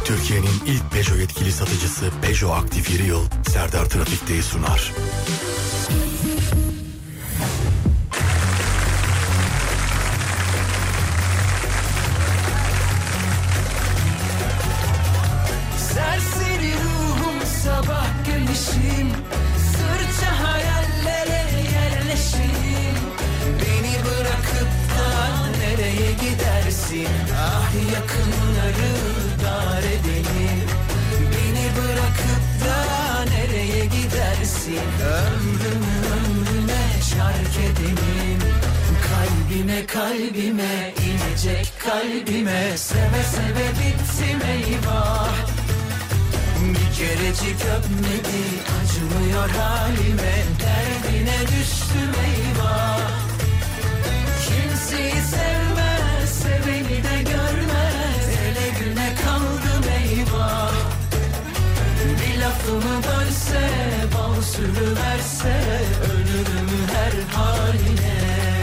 Türkiye'nin ilk Peugeot yetkili satıcısı Peugeot Aktif Yeri Yıl Serdar Trafik'teyi sunar. Serseri ruhum sabah güneşim, sırça hayallere yerleşim. Beni bırakıp da nereye gidersin? Ah yakınları dar edelim. Beni bırakıp da nereye gidersin? Ömrüme şark edelim. Kalbime kalbime inecek kalbime, seve seve bittim eyvah. Bir kerecik öpmedi acımıyor halime, derdine düştüm eyvah. Kimseyi sevmez, seveni de görmez, ele güne kaldım eyvah. Bir lafımı bölse, bal sürüverse, ölürüm her haline.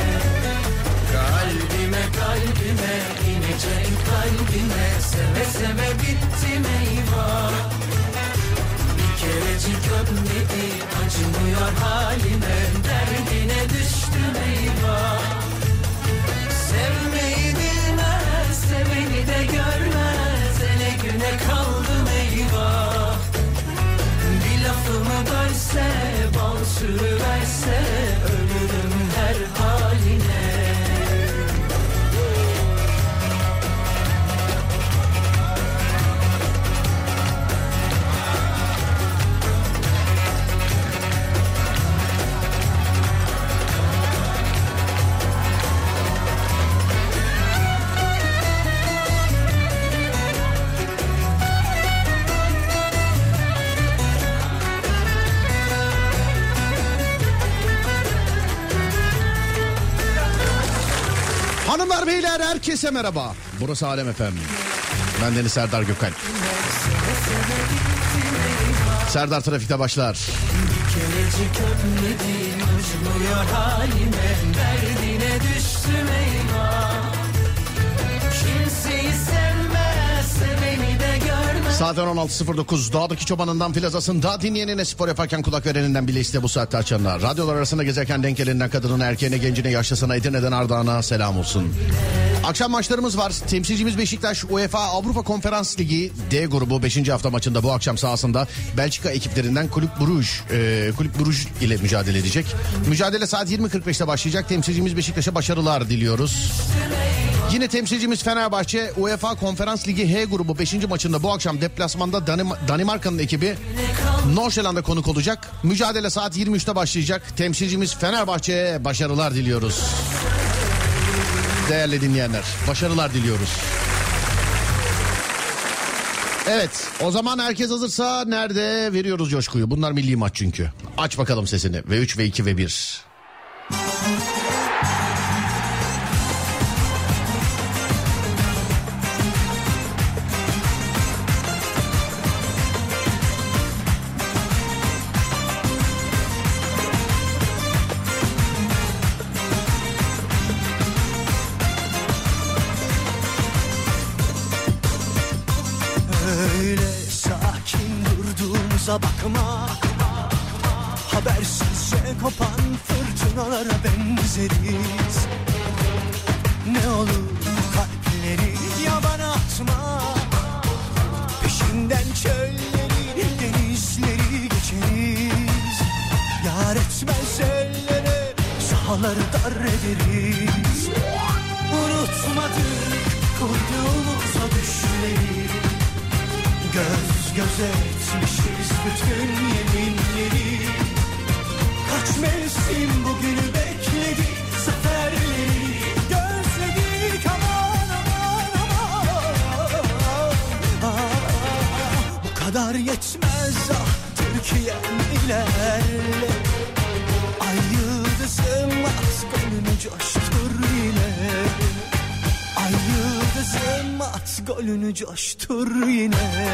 Kalbime kalbime inecek kalbime, seve seve bittim eyvah. Bir kerecik öpmedi acımıyor halime, derdine düştüm eyvah. Sevmeyi bilmez, seveni de görmez, ele güne kaldım eyvah. Bir lafımı bölse, bal sürüverse, ölürüm her haline. Hanımlar beyler herkese merhaba. Burası Alem FM. Ben Deniz Serdar Gökalp. Serdar Trafik'te başlar. Bir kerecik öpmedim acımıyor halime, derdine düştüm eyvah. Kimseyi sevmez, seveni de görmez. Saatler 16.09. Dağdaki çobanından plazasında dinleyenine, spor yaparken kulak vereninden bile iste bu saatte açanlar. Radyolar arasında gezerken denk elinden kadınına, erkeğine, gencine, yaşlısına, Edirne'den Ardahan'a selam olsun. Akşam maçlarımız var. Temsilcimiz Beşiktaş UEFA Avrupa Konferans Ligi D grubu 5. hafta maçında bu akşam sahasında Belçika ekiplerinden Kulüp Bruj ile mücadele edecek. Mücadele saat 20.45'te başlayacak. Temsilcimiz Beşiktaş'a başarılar diliyoruz. Yine temsilcimiz Fenerbahçe UEFA Konferans Ligi H grubu 5. maçında bu akşam deplasmanda Danimarka'nın ekibi Norşeland'a konuk olacak. Mücadele saat 23'te başlayacak. Temsilcimiz Fenerbahçe'ye başarılar diliyoruz. Değerli dinleyenler, başarılar diliyoruz. Evet, o zaman herkes hazırsa nerede veriyoruz coşkuyu? Bunlar milli maç çünkü. Aç bakalım sesini. V3, V2, V1. Bakma, habersizce kopan fırtınalara benzeriz. Ne olur kalpleri yabana atma, peşinden çölleri, denizleri geçeriz. Yar etmez ellere, sahaları dar ederiz. Unutmadık kurduğumuz o düşleri, göz göze etmişiz bütün yeminleri. Kaç mevsim bugünü bekledi, zaferleri gözledik aman aman aman. Bu kadar yetmez ah Türkiye'm ilerle. Ay yıldızım at golünü coştur yine. Ay yıldızım at golünü coştur yine.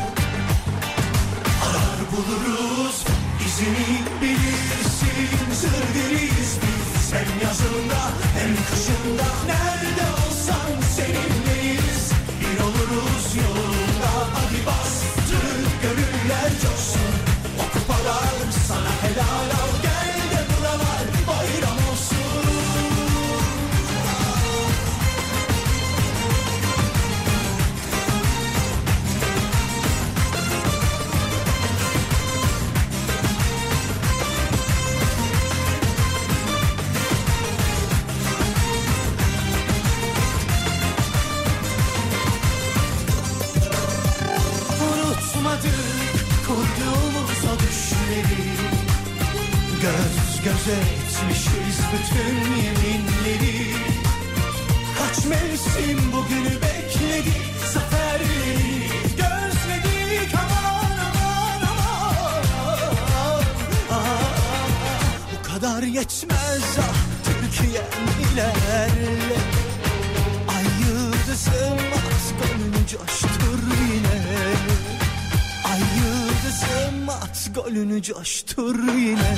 Arar buluruz izini bilirsin, sır deriz biz. Hem yazında hem kışında nerede olsan seninleyiz. Bir oluruz yolunda. olsa düşleri. Göz göze etmişiz bütün yeminleri. Kaç mevsim bugünü bekledik, zaferleri gözledik. Aman aman aman, bu kadar yetmez ah Türkiye'm ilerle. Ay yıldızım at golünü coştur yine. Ay yıldızım at golünü coştur yine.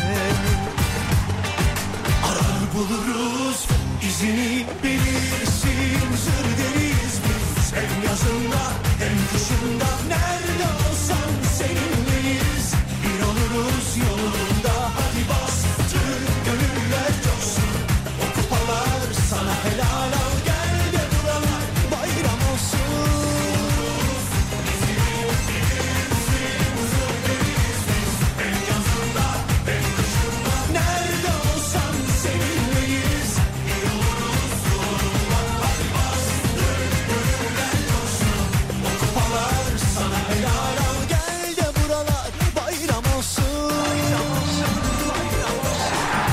Arar buluruz izini bilirsin, zır deriz biz. Hem yazında hem kışında nerede olsan seninleyiz. Bir oluruz yolunda hadi bastır gönüller coşsun. O kupalar sana helal al, gel de buralar bayram olsun. Hem yazında hem kışında nerede olsan seninleyiz. Bir oluruz yolunda hadi bastır gönüller coşsun. O kupalar sana helal al, gel de buralar bayram olsun. Bayram olsun, bayram olsun.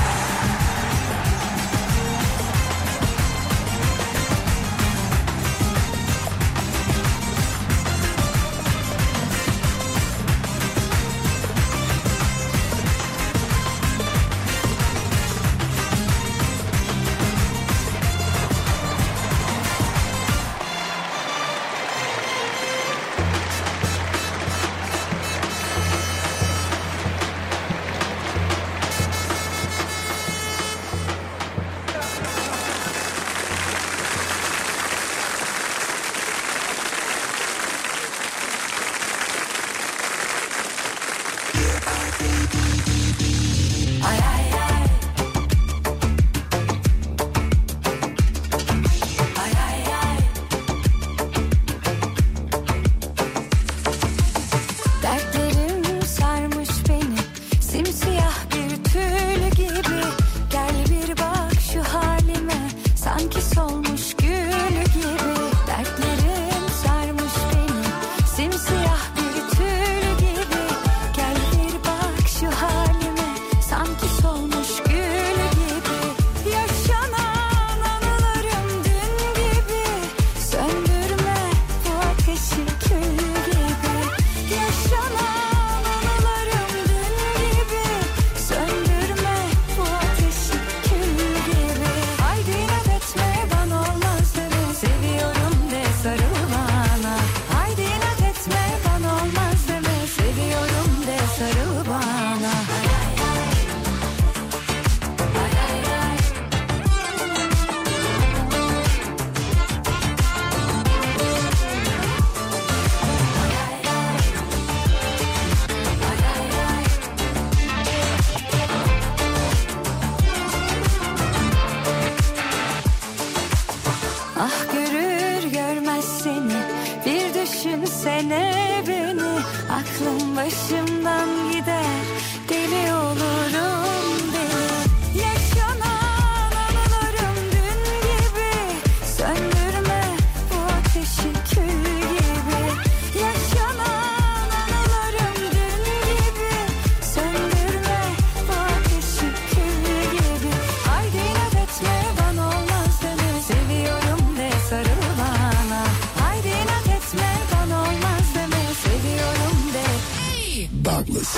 Dertlerim sarmış beni simsiyah bir tül gibi. Gel bir bak şu halime, sanki solmuş gül gibi. Dertlerim sarmış beni simsiyah bir tül gibi. Gel bir bak şu halime, sanki solmuş gül gibi. Yaşanan anılarım dün gibi, söndürme bu ateşi kül gibi. Yaşanan anılarım dün gibi, söndürme bu ateşi kül gibi. Haydi inat etme bana olmaz deme, seviyorum de sarıl bana. Haydi inat etme bana olmaz deme, seviyorum de sarıl bana. Ah görür görmez seni, bir düşünsene beni. Aklım başımdan gider, deli olurum deli. Yaşanan anılarım dün gibi, söndürme bu ateşi kül gibi. Yaşanan anılarım dün gibi, söndürme bu ateşi kül gibi. Haydi inat etme bana olmaz deme, seviyorum de sarıl bana. Haydi inat etme bana olmaz deme, seviyorum de. Douglas.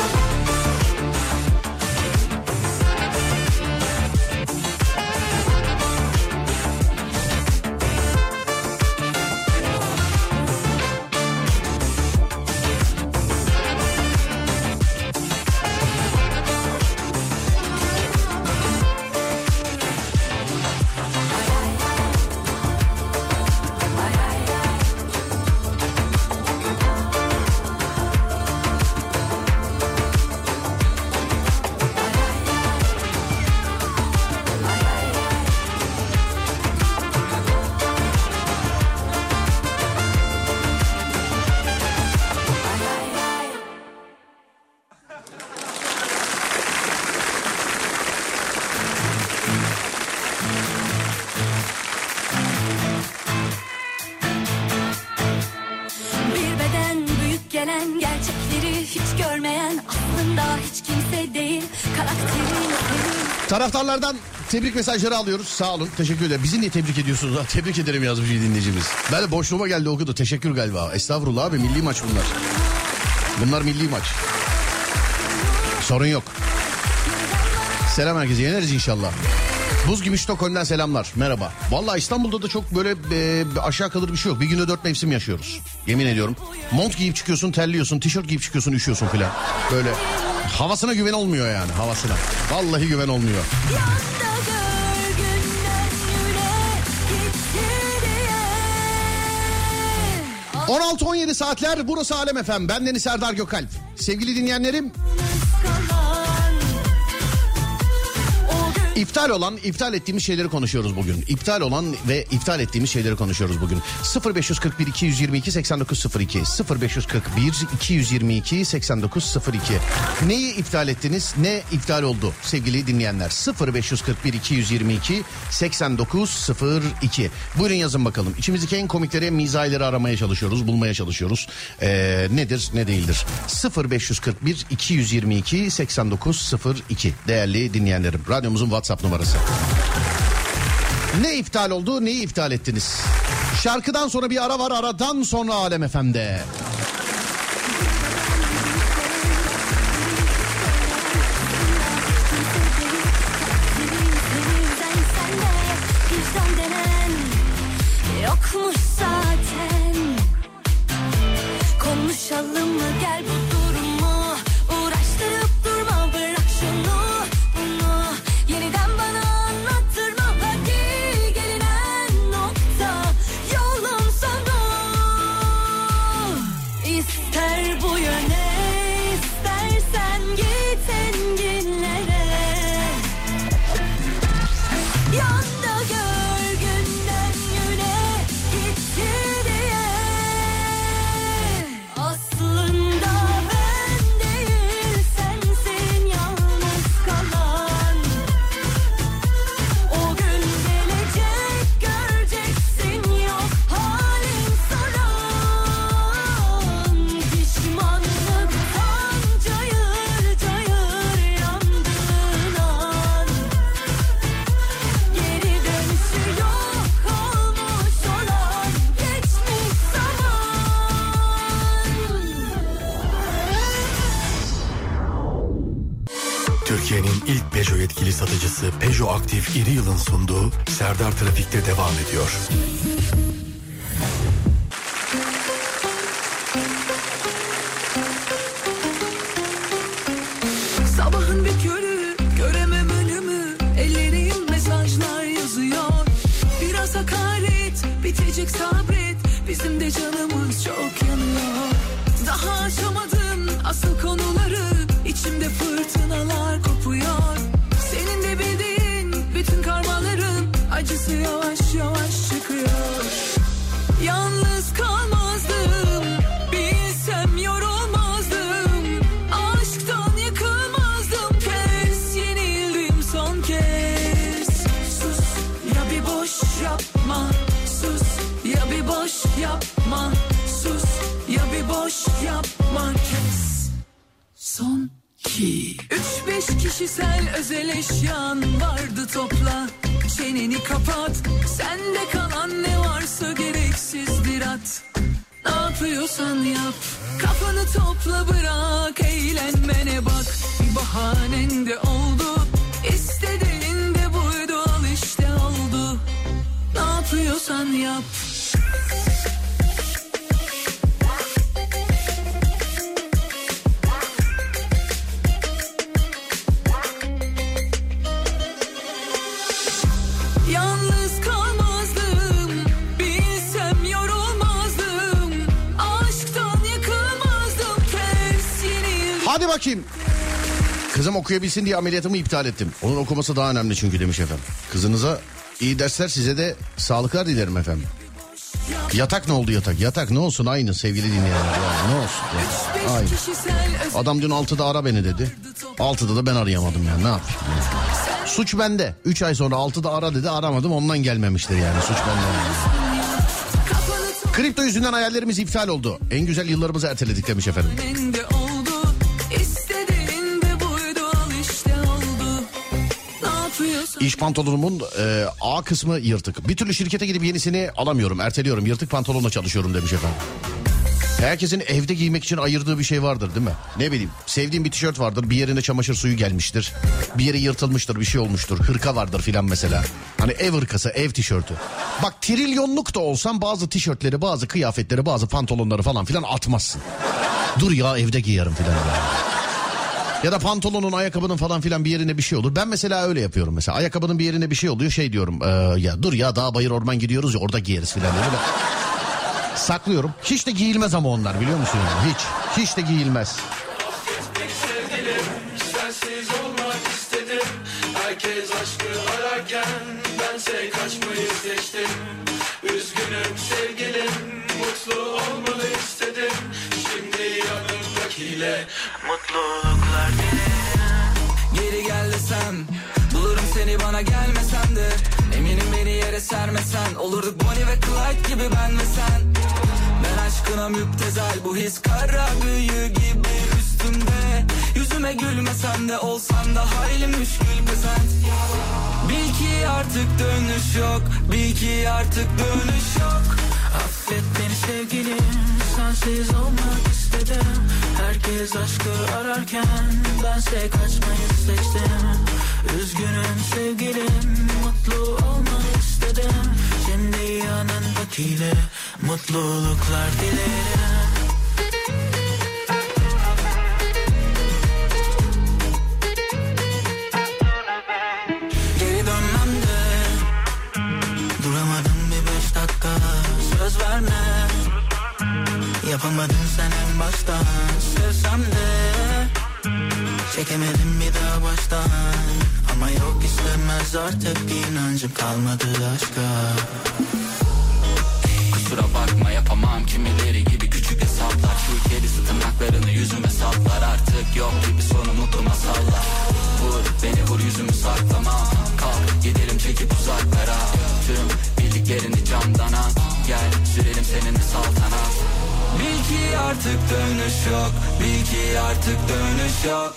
gelen, gerçekleri hiç görmeyen, aslında hiç kimse değil, karakterin senin. Taraftarlardan tebrik mesajları alıyoruz. Sağ olun, teşekkür ederim. Bizi niye tebrik ediyorsunuz? Tebrik ederim yazmış bir dinleyicimiz. Ben de boşluğuma geldi okudu. Teşekkür galiba. Estağfurullah abi, milli maç bunlar. Bunlar milli maç. Sorun yok. Selam herkese, yeneriz inşallah. Buz gibi Stockholm'dan selamlar. Merhaba. Vallahi İstanbul'da da çok böyle aşağı kalır bir şey yok. Bir günde 4 mevsim yaşıyoruz. Yemin ediyorum. Mont giyip çıkıyorsun, terliyorsun. Tişört giyip çıkıyorsun, üşüyorsun filan. Böyle havasına güven olmuyor yani, havasına. Vallahi güven olmuyor. 16-17 saatler, burası Alem FM. Bendeniz Serdar Gökalp. Sevgili dinleyenlerim, iptal ettiğimiz şeyleri konuşuyoruz bugün. İptal olan ve iptal ettiğimiz şeyleri konuşuyoruz bugün. 0541 222 8902 0541 222 8902. Neyi iptal ettiniz? Ne iptal oldu sevgili dinleyenler? 0541 222 8902. Buyurun yazın bakalım. İçimizdeki en komikleri, mizahları aramaya çalışıyoruz, bulmaya çalışıyoruz. Nedir, ne değildir? 0541 222 8902. Değerli dinleyenlerim, radyomuzun WhatsApp numarası. Ne iptal oldu, neyi iptal ettiniz? Şarkıdan sonra bir ara var, aradan sonra Alem FM'de. Yokmuş zaten. Konuşalım mı, gel bu durumu, uğraştırıp durma, bırak şunu bunu, yeniden bana anlattırma. Hadi gelinen nokta, yolun sonu. İster bu yöne, istersen git enginlere. Yanda gör günden güne gitti diye. Aslında ben değil, sensin yalnız kalan. O gün gelecek, göreceksin, yok halin soran. Pişmanlıktan cayır cayır yandığın an, geri dönüşü yok olmuş olan geçmiş zaman. Türkiye'nin ilk Peugeot yetkili satıcısı Peugeot Aktif İri Yıl'ın sunduğu Serdar Trafik'te devam ediyor. Sabahın bir körü, göremem önümü, ellerim mesajlar yazıyor. Biraz hakaret, bitecek sabret, bizim de canımız çok yanıyor. Daha aşamadım asıl konuları, içimde fırtınalar kopuyor. Senin de bildiğin bütün karmaların acısı yavaş yavaş çıkıyor. Yalnız kalmazdım, bilsem yorulmazdım, aşktan yıkılmazdım, pes yenildim son kez. Sus ya bir boş yapma, sus ya bir boş yapma, sus ya bir boş yapma, kes. Son 2 3-5 kişisel özel eşyan vardı, topla. Çeneni kapat, sende kalan ne varsa gereksizdir at. Ne yapıyorsan yap, kafanı topla, bırak eğlenmene bak. Bir bahanen de oldu, istediğin de buydu, al işte oldu. Ne yapıyorsan yap. Yalnız kalmazdım, bilsem yorulmazdım, aşktan yıkılmazdım, pes yenildim. Hadi bakayım. Kızım okuyabilsin diye ameliyatımı iptal ettim. Onun okuması daha önemli çünkü demiş efendim. Kızınıza iyi dersler, size de sağlıklar dilerim efendim. Yatak ne oldu yatak? Yatak ne olsun, aynı sevgili dinleyenler. Yani ne olsun yani. Aynı. Adam dün 6'da ara beni dedi. 6'da da ben arayamadım yani, ne yapayım yani. Suç bende. 3 ay sonra 6'da ara dedi, aramadım, ondan gelmemiştir yani, suç bende yani. Kripto yüzünden hayallerimiz iptal oldu. En güzel yıllarımızı erteledik demiş efendim. Oldu, istediğinde buydu, al işte oldu. Ne yapıyorsun? İş pantolonumun A kısmı yırtık. Bir türlü şirkete gidip yenisini alamıyorum, erteliyorum. Yırtık pantolonla çalışıyorum demiş efendim. Herkesin evde giymek için ayırdığı bir şey vardır değil mi? Ne bileyim, sevdiğim bir tişört vardır, bir yerine çamaşır suyu gelmiştir. Bir yeri yırtılmıştır, bir şey olmuştur. Hırka vardır filan mesela. Hani ev hırkası, ev tişörtü. Bak trilyonluk da olsan bazı tişörtleri, bazı kıyafetleri, bazı pantolonları falan filan atmazsın. Dur ya evde giyerim filan. Ya da pantolonun, ayakkabının falan filan bir yerine bir şey olur. Ben mesela öyle yapıyorum mesela. Ayakkabının bir yerine bir şey oluyor, şey diyorum. Ya dur ya, dağ bayır orman gidiyoruz ya, orada giyeriz filan diye böyle saklıyorum. Hiç de giyilmez ama onlar, biliyor musun yani? Hiç de giyilmez. Sevgilim, sensiz olmak istedim. Herkes aşkı ararken bense kaçmayı seçtim. Üzgünüm sevgilim, mutlu olmanı istedim. Şimdi yanımdakiyle mutluluklar dilerim. Geri gel desem, bulurum seni bana gelmesen de. Eminim beni yere sermesen, olurduk Bonnie ve Clyde gibi ben ve sen. Ben aşkına müptezel, bu his kara büyü gibi üstümde. Yüzüme gülmesen de, olsan da hayli müşkül pesent. Bil ki artık dönüş yok, bil ki artık dönüş yok. Affet beni sevgilim, sensiz olmak istedim. Herkes aşkı ararken bense kaçmayı seçtim. Üzgünüm sevgilim, mutlu olmak istedim. Şimdi yanındakiyle mutluluklar dilerim. Geri dönmem de, duramadım bir 5 dakika. Söz verme, yapamadın sen en baştan. Sevsem de çekemedim bir daha baştan. Ama yok istemez artık, inancım kalmadı aşka. Kusura bakma yapamam kimileri gibi küçük hesaplar. Şu kedisi tırnaklarını yüzüme saplar. Artık yok gibi sonu mutlu masallar. Vur beni vur, yüzümü saklamam. Kalk gidelim çekip uzaklara. Tüm bildiklerini camdan al. Gel sürelim seninle saltanat. Bil ki artık dönüş yok, bil ki artık dönüş yok.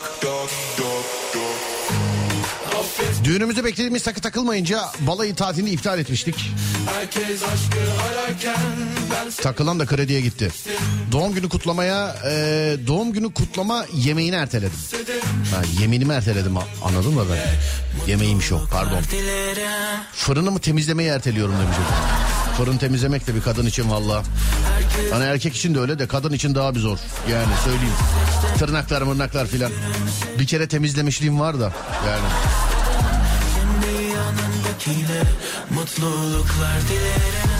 Düğünümüzde beklediğimiz takı takılmayınca balayı tatilini iptal etmiştik. Herkes aşkı ararken bense Takılan da krediye gitti. Doğum günü kutlama yemeğini erteledim. Yemeğimi erteledim, anladın mı ben? Yemeğiymiş o, pardon. Fırınımı temizlemeyi erteliyorum demiş. Fırın temizlemek de bir kadın için valla. Hani erkek için de öyle de kadın için daha bir zor. Yani söyleyeyim. Tırnaklar mırnaklar filan. Bir kere temizlemişliğim var da yani. Şimdi yanındakiyle mutluluklar dilerim.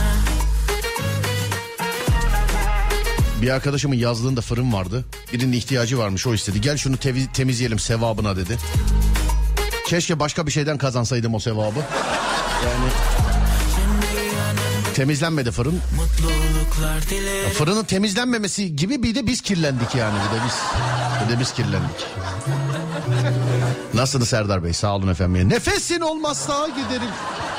Bir arkadaşımın yazlığında fırın vardı. Birinin ihtiyacı varmış, o istedi. Gel şunu temizleyelim sevabına dedi. Keşke başka bir şeyden kazansaydım o sevabı. Yani temizlenmedi fırın. Fırının temizlenmemesi gibi bir de biz kirlendik yani. Bir de biz kirlendik. Nasılsınız Serdar Bey? Sağ olun efendim. Nefesin olmazsa giderim.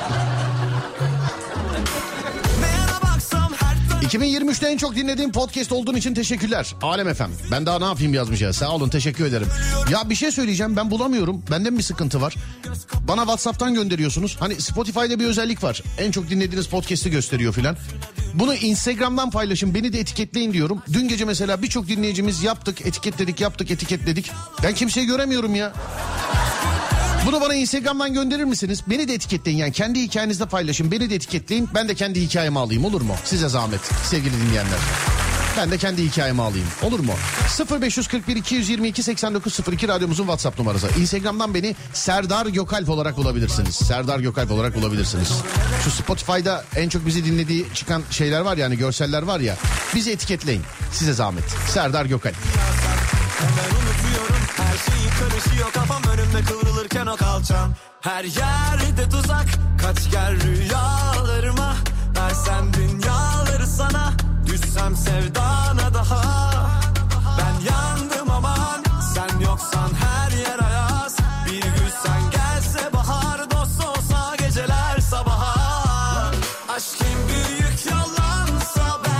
2023'te en çok dinlediğim podcast olduğun için teşekkürler. Alem efendim. Ben daha ne yapayım yazmış ya. Sağ olun, teşekkür ederim. Ya bir şey söyleyeceğim, ben bulamıyorum. Bende mi bir sıkıntı var? Bana WhatsApp'tan gönderiyorsunuz. Hani Spotify'da bir özellik var. En çok dinlediğiniz podcast'i gösteriyor filan. Bunu Instagram'dan paylaşın, beni de etiketleyin diyorum. Dün gece mesela birçok dinleyicimiz yaptık, etiketledik. Ben kimseyi göremiyorum ya. Bunu bana Instagram'dan gönderir misiniz? Beni de etiketleyin, yani kendi hikayenizde paylaşın. Beni de etiketleyin, ben de kendi hikayemi alayım, olur mu? Size zahmet sevgili dinleyenler. Ben de kendi hikayemi alayım, olur mu? 0541 222 8902 radyomuzun WhatsApp numarası. Instagram'dan beni Serdar Gökalp olarak bulabilirsiniz. Serdar Gökalp olarak bulabilirsiniz. Şu Spotify'da en çok bizi dinlediği çıkan şeyler var, yani görseller var ya. Bizi etiketleyin, size zahmet. Serdar Gökalp. hemen unutuyorum. Her şeyi karışıyor kafam önümde kıvrılırken o kalçam. Her yerde tuzak, kaç gel rüyalarıma. Versem dünyaları sana, düşsem sevdana daha. Ben yandım aman, sen yoksan her yer ayaz. Bir gün sen gelse bahar, dost olsa geceler sabaha. Aşk en büyük yalansa ben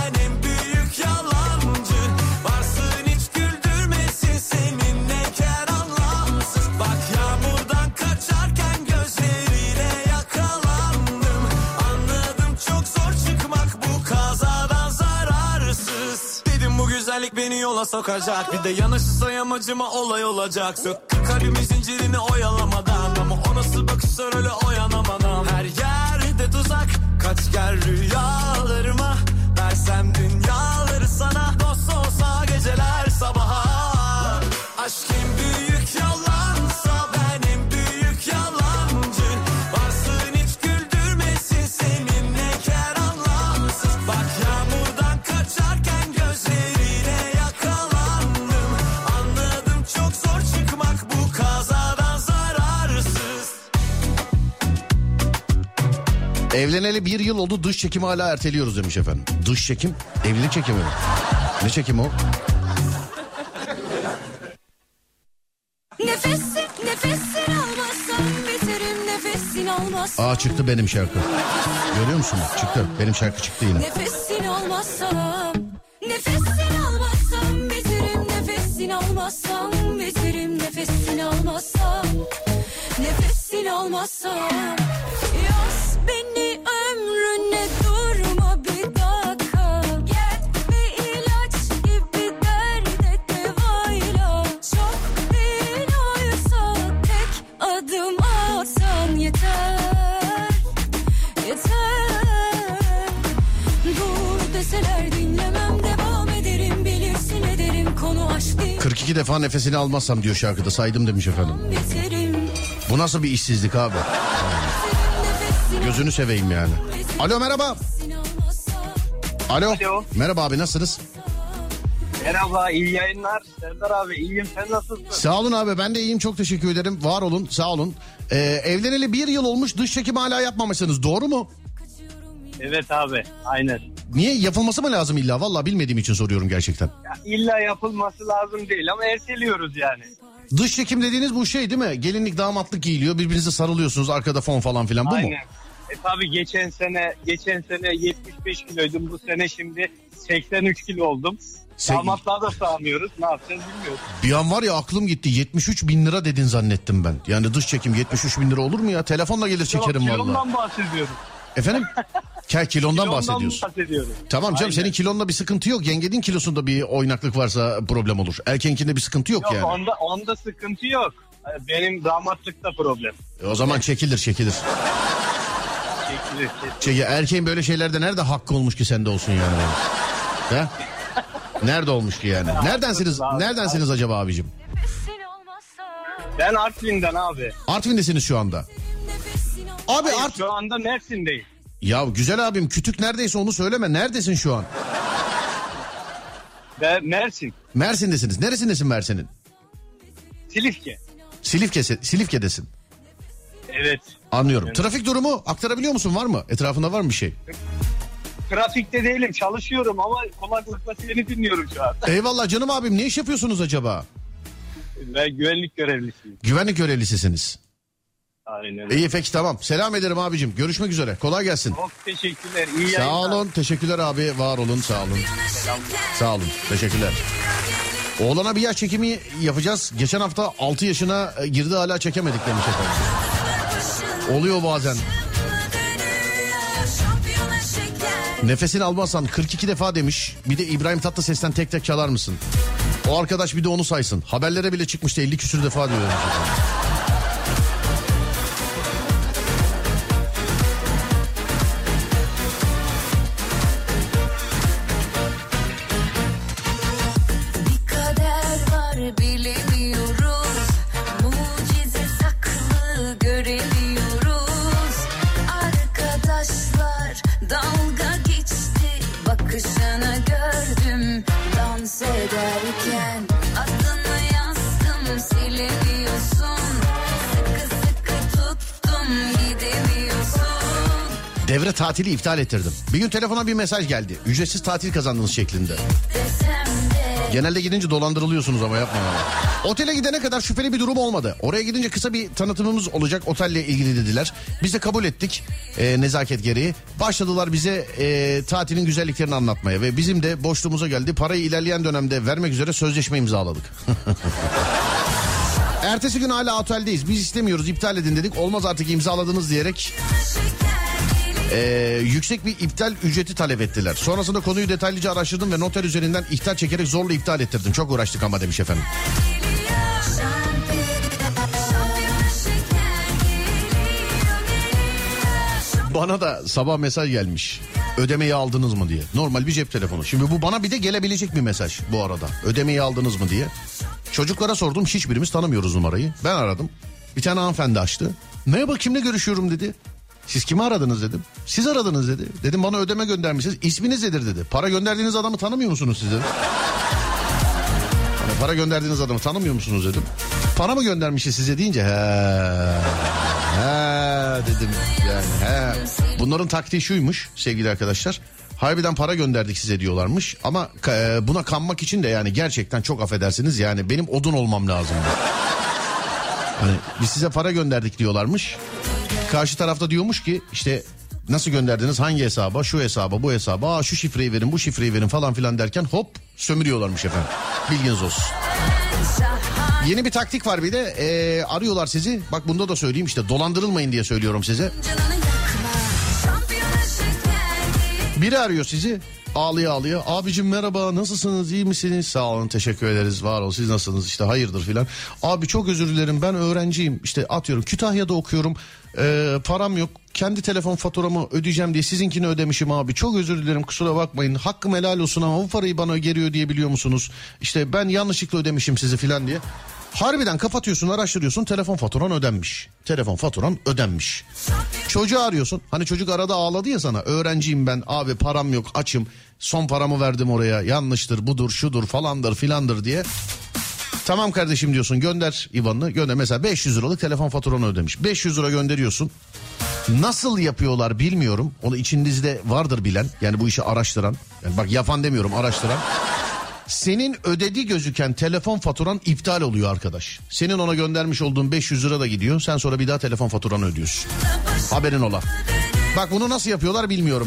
güzellik beni yola sokacak. Bir de yanaşırsa yamacıma olay olacak. Söktük kalbimin zincirini oyalamadan. Ama o nasıl bakışlar öyle oyanamadan. Her yerde tuzak, kaç gel rüyalarıma. Versem dünyaları sana, dost olsa geceler sabaha. Aşk en büyük yalansa ben en büyük yalancı. Varsın hiç güldürmesin senin ne kere anlamsız. Bak yağmurdan kaçarken gözlerine yakalandım. Anladım çok zor çıkmak bu kazadan zararsız. Evleneli 1 yıl oldu, dış çekimi hala erteliyoruz demiş efendim. Dış çekim, evlilik çekimi mi? Ne çekimi o? Nefesini almazsam biterim, nefesini almazsam. Çıktı benim şarkı. Görüyor musun? Çıktı. Benim şarkı çıktı yine. Nefesini almazsam biterim, nefesini almazsam biterim, nefesini almazsam. Yaz beni ömrüne, durma bir dakika. Gel bir ilaç gibi derde devayla. Çok değil oysa tek adım atsan yeter. Dur deseler dinlemem, devam ederim, bilirsin ederim, konu aşk değil. 42 defa nefesini almazsam diyor şarkıda, saydım demiş efendim. Biterim. Bu nasıl bir işsizlik abi? Gözünü seveyim yani. Alo merhaba. Alo. Merhaba abi, nasılsınız? Merhaba, iyi yayınlar. Serdar abi, iyiyim, sen nasılsın? Sağ olun abi, ben de iyiyim, çok teşekkür ederim. Var olun, sağ olun. Evleneli 1 yıl olmuş, dış çekim hala yapmamışsınız, doğru mu? Evet abi, aynen. Niye, yapılması mı lazım illa? Vallahi bilmediğim için soruyorum gerçekten. Ya, illa yapılması lazım değil ama erteliyoruz yani. Dış çekim dediğiniz bu şey değil mi? Gelinlik damatlık giyiliyor, birbirinize sarılıyorsunuz, arkada fon falan filan, bu Aynen. mu? Tabii geçen sene 75 kiloydum, bu sene şimdi 83 kilo oldum. Damatlığa da sığamıyoruz, ne yapacağız bilmiyoruz. Bir an var ya, aklım gitti, 73 bin lira dedin zannettim ben. Yani dış çekim 73 bin lira olur mu ya? Telefonla gelir çekerim valla. Kilondan bahsediyorum. Efendim? Kilondan bahsediyorsun. Tamam canım, aynen. Senin kilonda bir sıkıntı yok. Yengenin kilosunda bir oynaklık varsa problem olur. Erkenkinde bir sıkıntı yok yani. Onda sıkıntı yok. Benim damatlıkta problem. O zaman çekilir. Çekilir. Erkeğin böyle şeylerde nerede hakkı olmuş ki sende olsun yani? He? Nerede olmuş ki yani? Neredensiniz acaba abicim? Ben Artvin'den abi. Artvin'desiniz şu anda. Abi Hayır, şu anda Mersin'deyim. Ya güzel abim, kütük neredeyse onu söyleme. Neredesin şu an? Ben Mersin. Mersin'desiniz. Neresindesin Mersin'in? Silifke'desin. Evet. Anlıyorum. Evet. Trafik durumu aktarabiliyor musun? Var mı? Etrafında var mı bir şey? Trafikte değilim, çalışıyorum ama kulaklıkla seni dinliyorum şu an. Eyvallah canım abim. Ne iş yapıyorsunuz acaba? Ben güvenlik görevlisiyim. Güvenlik görevlisisiniz. Aynen. İyi peki, tamam. Selam ederim abicim. Görüşmek üzere. Kolay gelsin. Çok teşekkürler. İyi yayınlar. Sağ olun. Teşekkürler abi. Var olun. Sağ olun. Sağ olun. Teşekkürler. Oğlana bir yaş çekimi yapacağız. Geçen hafta 6 yaşına girdi, hala çekemedik demiş efendim. Oluyor bazen. Nefesini almazsan 42 defa demiş. Bir de İbrahim Tatlıses'ten tek tek çalar mısın? O arkadaş bir de onu saysın. Haberlere bile çıkmıştı, 50 küsür defa diyor. Devre tatili iptal ettirdim. Bir gün telefona bir mesaj geldi. Ücretsiz tatil kazandınız şeklinde. Genelde gidince dolandırılıyorsunuz ama yapmayın. Otele gidene kadar şüpheli bir durum olmadı. Oraya gidince kısa bir tanıtımımız olacak otelle ilgili dediler. Biz de kabul ettik nezaket gereği. Başladılar bize tatilin güzelliklerini anlatmaya ve bizim de boşluğumuza geldi. Parayı ilerleyen dönemde vermek üzere sözleşme imzaladık. Ertesi gün hala oteldeyiz. Biz istemiyoruz, iptal edin dedik. Olmaz artık imzaladınız diyerek Yüksek bir iptal ücreti talep ettiler. Sonrasında konuyu detaylıca araştırdım ve noter üzerinden ihtar çekerek zorla iptal ettirdim. Çok uğraştık ama demiş efendim. Bana da sabah mesaj gelmiş. Ödemeyi aldınız mı diye. Normal bir cep telefonu. Şimdi bu bana bir de gelebilecek bir mesaj bu arada. Ödemeyi aldınız mı diye. Çocuklara sordum, hiçbirimiz tanımıyoruz numarayı. Ben aradım. Bir tane hanımefendi açtı. Merhaba, kimle görüşüyorum dedi. Siz kimi aradınız dedim. Siz aradınız dedi. Dedim bana ödeme göndermişsiniz. İsminiz nedir dedi. Para gönderdiğiniz adamı tanımıyor musunuz siz dedi. Para gönderdiğiniz adamı tanımıyor musunuz dedim. Para mı göndermişiz size deyince he dedim yani he. Bunların taktiği şuymuş sevgili arkadaşlar. Harbiden para gönderdik size diyorlarmış ama buna kanmak için de yani gerçekten çok affedersiniz yani benim odun olmam lazımdı. Hani biz size para gönderdik diyorlarmış. Karşı tarafta diyormuş ki işte nasıl gönderdiniz, hangi hesaba, şu hesaba, bu hesaba, şu şifreyi verin, bu şifreyi verin falan filan derken hop sömürüyorlarmış efendim. Bilginiz olsun. Yeni bir taktik var bir de arıyorlar sizi. Bak bunda da söyleyeyim işte, dolandırılmayın diye söylüyorum size. Biri arıyor sizi ağlıyor ağlıyor. Abicim merhaba, nasılsınız, iyi misiniz? Sağ olun, teşekkür ederiz, var olun, siz nasılsınız, işte hayırdır filan. Abi çok özür dilerim, ben öğrenciyim, işte atıyorum Kütahya'da okuyorum, param yok, kendi telefon faturamı ödeyeceğim diye sizinkini ödemişim abi, çok özür dilerim, kusura bakmayın, hakkım helal olsun ama bu parayı bana geri ödeyebiliyor musunuz? İşte ben yanlışlıkla ödemişim sizi filan diye. Harbiden kapatıyorsun, araştırıyorsun, telefon faturan ödenmiş. Telefon faturan ödenmiş. Çocuğu arıyorsun. Hani çocuk arada ağladı ya sana. Öğrenciyim ben abi, param yok, açım. Son paramı verdim oraya. Yanlıştır, budur, şudur, falandır, filandır diye. Tamam kardeşim diyorsun, gönder IBAN'ını. Gönder, mesela 500 liralık telefon faturanı ödemiş. 500 lira gönderiyorsun. Nasıl yapıyorlar bilmiyorum. Onu içinizde vardır bilen. Yani bu işi araştıran. Yani bak yapan demiyorum, araştıran. Senin ödediği gözüken telefon faturan iptal oluyor arkadaş. Senin ona göndermiş olduğun 500 lira da gidiyor. Sen sonra bir daha telefon faturanı ödüyorsun. Haberin ola. Bak bunu nasıl yapıyorlar bilmiyorum.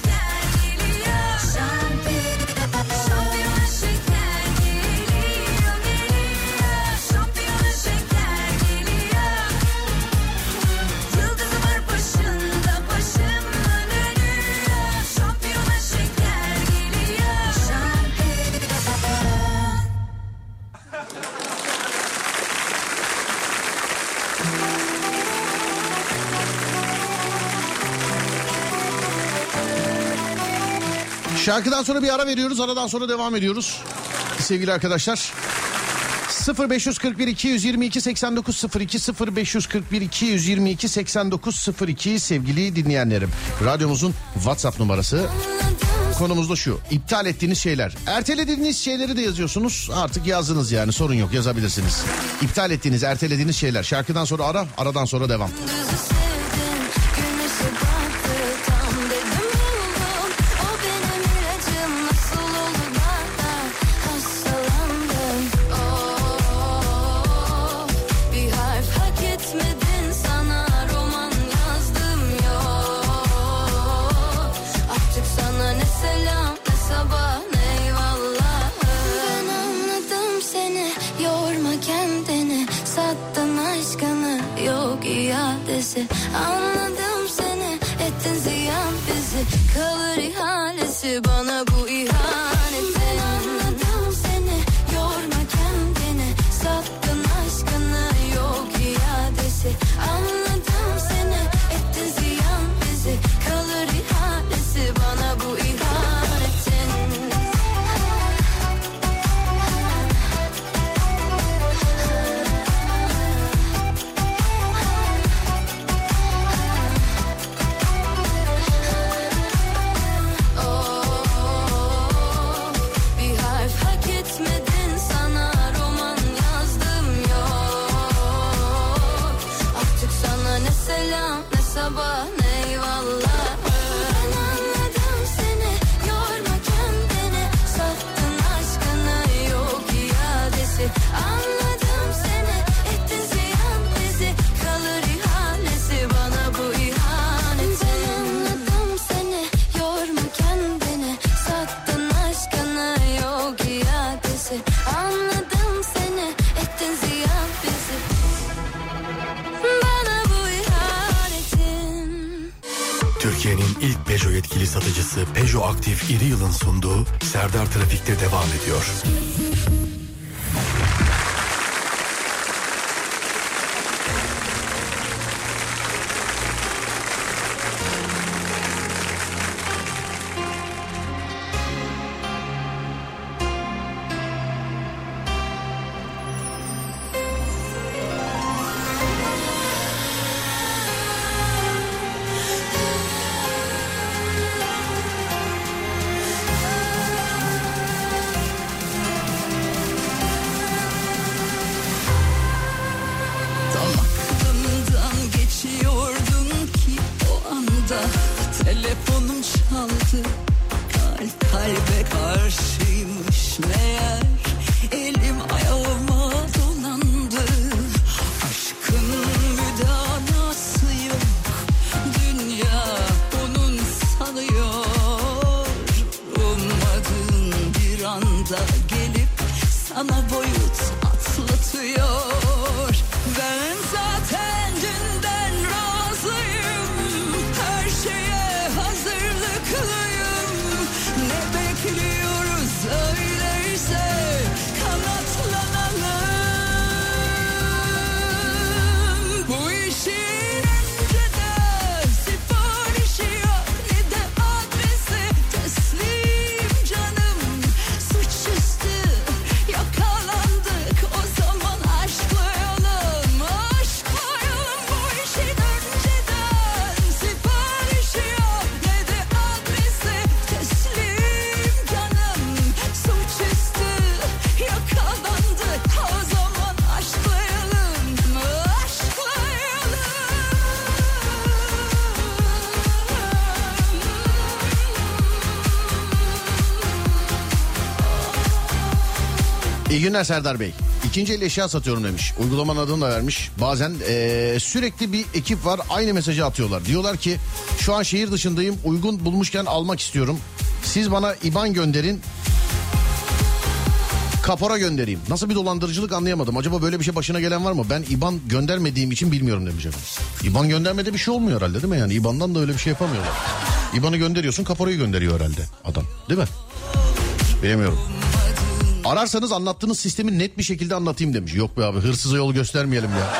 Şarkıdan sonra bir ara veriyoruz. Aradan sonra devam ediyoruz. Sevgili arkadaşlar. 0541 222 8902 0541 222 8902 sevgili dinleyenlerim. Radyomuzun WhatsApp numarası. Konumuz da şu: İptal ettiğiniz şeyler. Ertelediğiniz şeyleri de yazıyorsunuz. Artık yazdınız yani, sorun yok, yazabilirsiniz. İptal ettiğiniz, ertelediğiniz şeyler. Şarkıdan sonra ara, aradan sonra devam. Anladım seni, ettin ziyan bizi, kalır ihalesi bana bu ihanetin. Anladım seni, yorma kendini, sattın aşkını, yok iadesi. Anladım seni, ettin ziyan bizi, kalır ihalesi bana bu ihanetin. Türkiye'nin Peugeot yetkili satıcısı Peugeot Aktif İri Yıl'ın sunduğu Serdar Trafik'te devam ediyor. Telefonum çaldı, kalp kalbe karşıymış meğer. Elim ayağıma dolandı, aşkın müdanası yok. Dünya onun sanıyor, ummadığın bir anda gelip sana boyut atlatıyor. Ben zaten dünden razıyım, her şeye hazırlıklıyım. Ne bekliyoruz öyleyse kanatlanalım. Bu işin önceden siparişi yok, ne de adresi teslim canım. Suçüstü yakalandık, o zaman aşklayalım, aşklayalım. Bu işin önceden siparişi yok, ne de adresi teslim canım. Suçüstü yakalandık, o zaman aşklayalım, aşklayalım. İyi günler Serdar Bey. İkinci el eşya satıyorum demiş. Uygulamanın adını da vermiş. Bazen sürekli bir ekip var, aynı mesajı atıyorlar. Diyorlar ki şu an şehir dışındayım, uygun bulmuşken almak istiyorum. Siz bana IBAN gönderin, kapora göndereyim. Nasıl bir dolandırıcılık anlayamadım. Acaba böyle bir şey başına gelen var mı? Ben IBAN göndermediğim için bilmiyorum demiş efendim. IBAN göndermede bir şey olmuyor herhalde değil mi? Yani IBAN'dan da öyle bir şey yapamıyorlar. IBAN'ı gönderiyorsun, kaporayı gönderiyor herhalde adam. Değil mi? Bilemiyorum. Ararsanız anlattığınız sistemi net bir şekilde anlatayım demiş. Yok be abi, hırsıza yol göstermeyelim ya.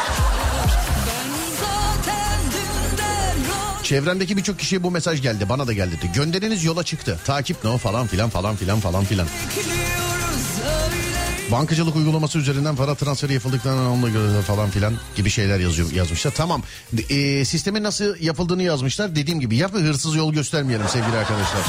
Çevremdeki birçok kişiye bu mesaj geldi. Bana da geldi. Gönderiniz yola çıktı. Takip ne o falan filan falan filan falan filan. Bankacılık uygulaması üzerinden para transferi yapıldıktan onunla göre falan filan gibi şeyler yazmışlar. Tamam. Sistemin nasıl yapıldığını yazmışlar. Dediğim gibi yap ve hırsız yol göstermeyelim sevgili arkadaşlar.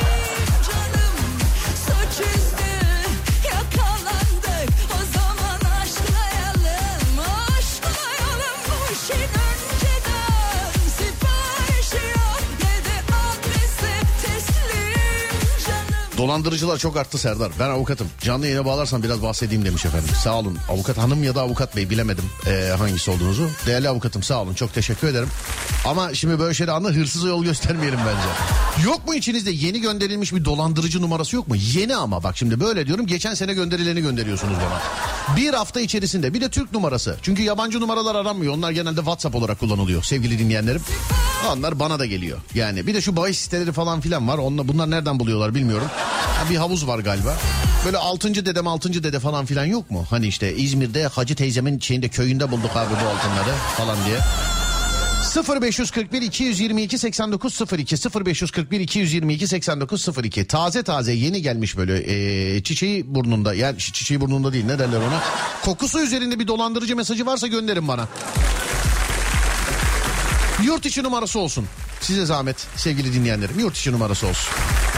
Dolandırıcılar çok arttı Serdar. Ben avukatım. Canlı yayına bağlarsan biraz bahsedeyim demiş efendim. Sağ olun. Avukat hanım ya da avukat bey, bilemedim hangisi olduğunuzu. Değerli avukatım, sağ olun. Çok teşekkür ederim. Ama şimdi böyle şeyler anla, hırsıza yol göstermeyelim bence. Yok mu içinizde yeni gönderilmiş bir dolandırıcı numarası yok mu? Yeni ama bak şimdi böyle diyorum. Geçen sene gönderileni gönderiyorsunuz bana. Bir hafta içerisinde. Bir de Türk numarası. Çünkü yabancı numaralar aranmıyor. Onlar genelde WhatsApp olarak kullanılıyor sevgili dinleyenlerim. Onlar bana da geliyor. Yani bir de şu bahis siteleri falan filan var. Bunlar nereden buluyorlar bilmiyorum. Bir havuz var galiba. Böyle 6. dede falan filan yok mu? Hani işte İzmir'de Hacı teyzemin köyünde bulduk abi bu altınları falan diye. 0541 222 8902 0541 222 8902 taze yeni gelmiş böyle çiçeği burnunda, yani çiçeği burnunda değil, ne derler ona, kokusu üzerinde bir dolandırıcı mesajı varsa gönderin bana. Yurt içi numarası olsun, size zahmet sevgili dinleyenlerim, yurt içi numarası olsun.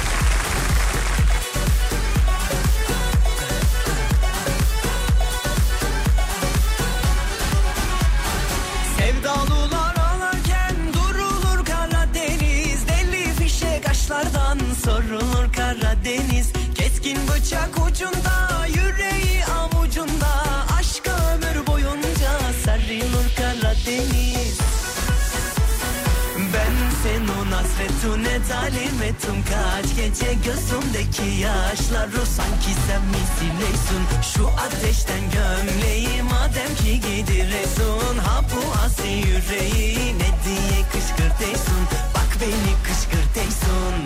Sorulur Karadeniz, keskin bıçak ucunda, yüreği avucunda, aşka ömür boyunca sarılır Karadeniz. Ben senin hasretine talimetum, kaç gece gözümdeki yaşları sanki sen misileysun. Şu ateşten gömleği madem ki gidiresun, ha bu asi yüreği ne diye kışkırtıyorsun. Bak beni kışkırtıyorsun.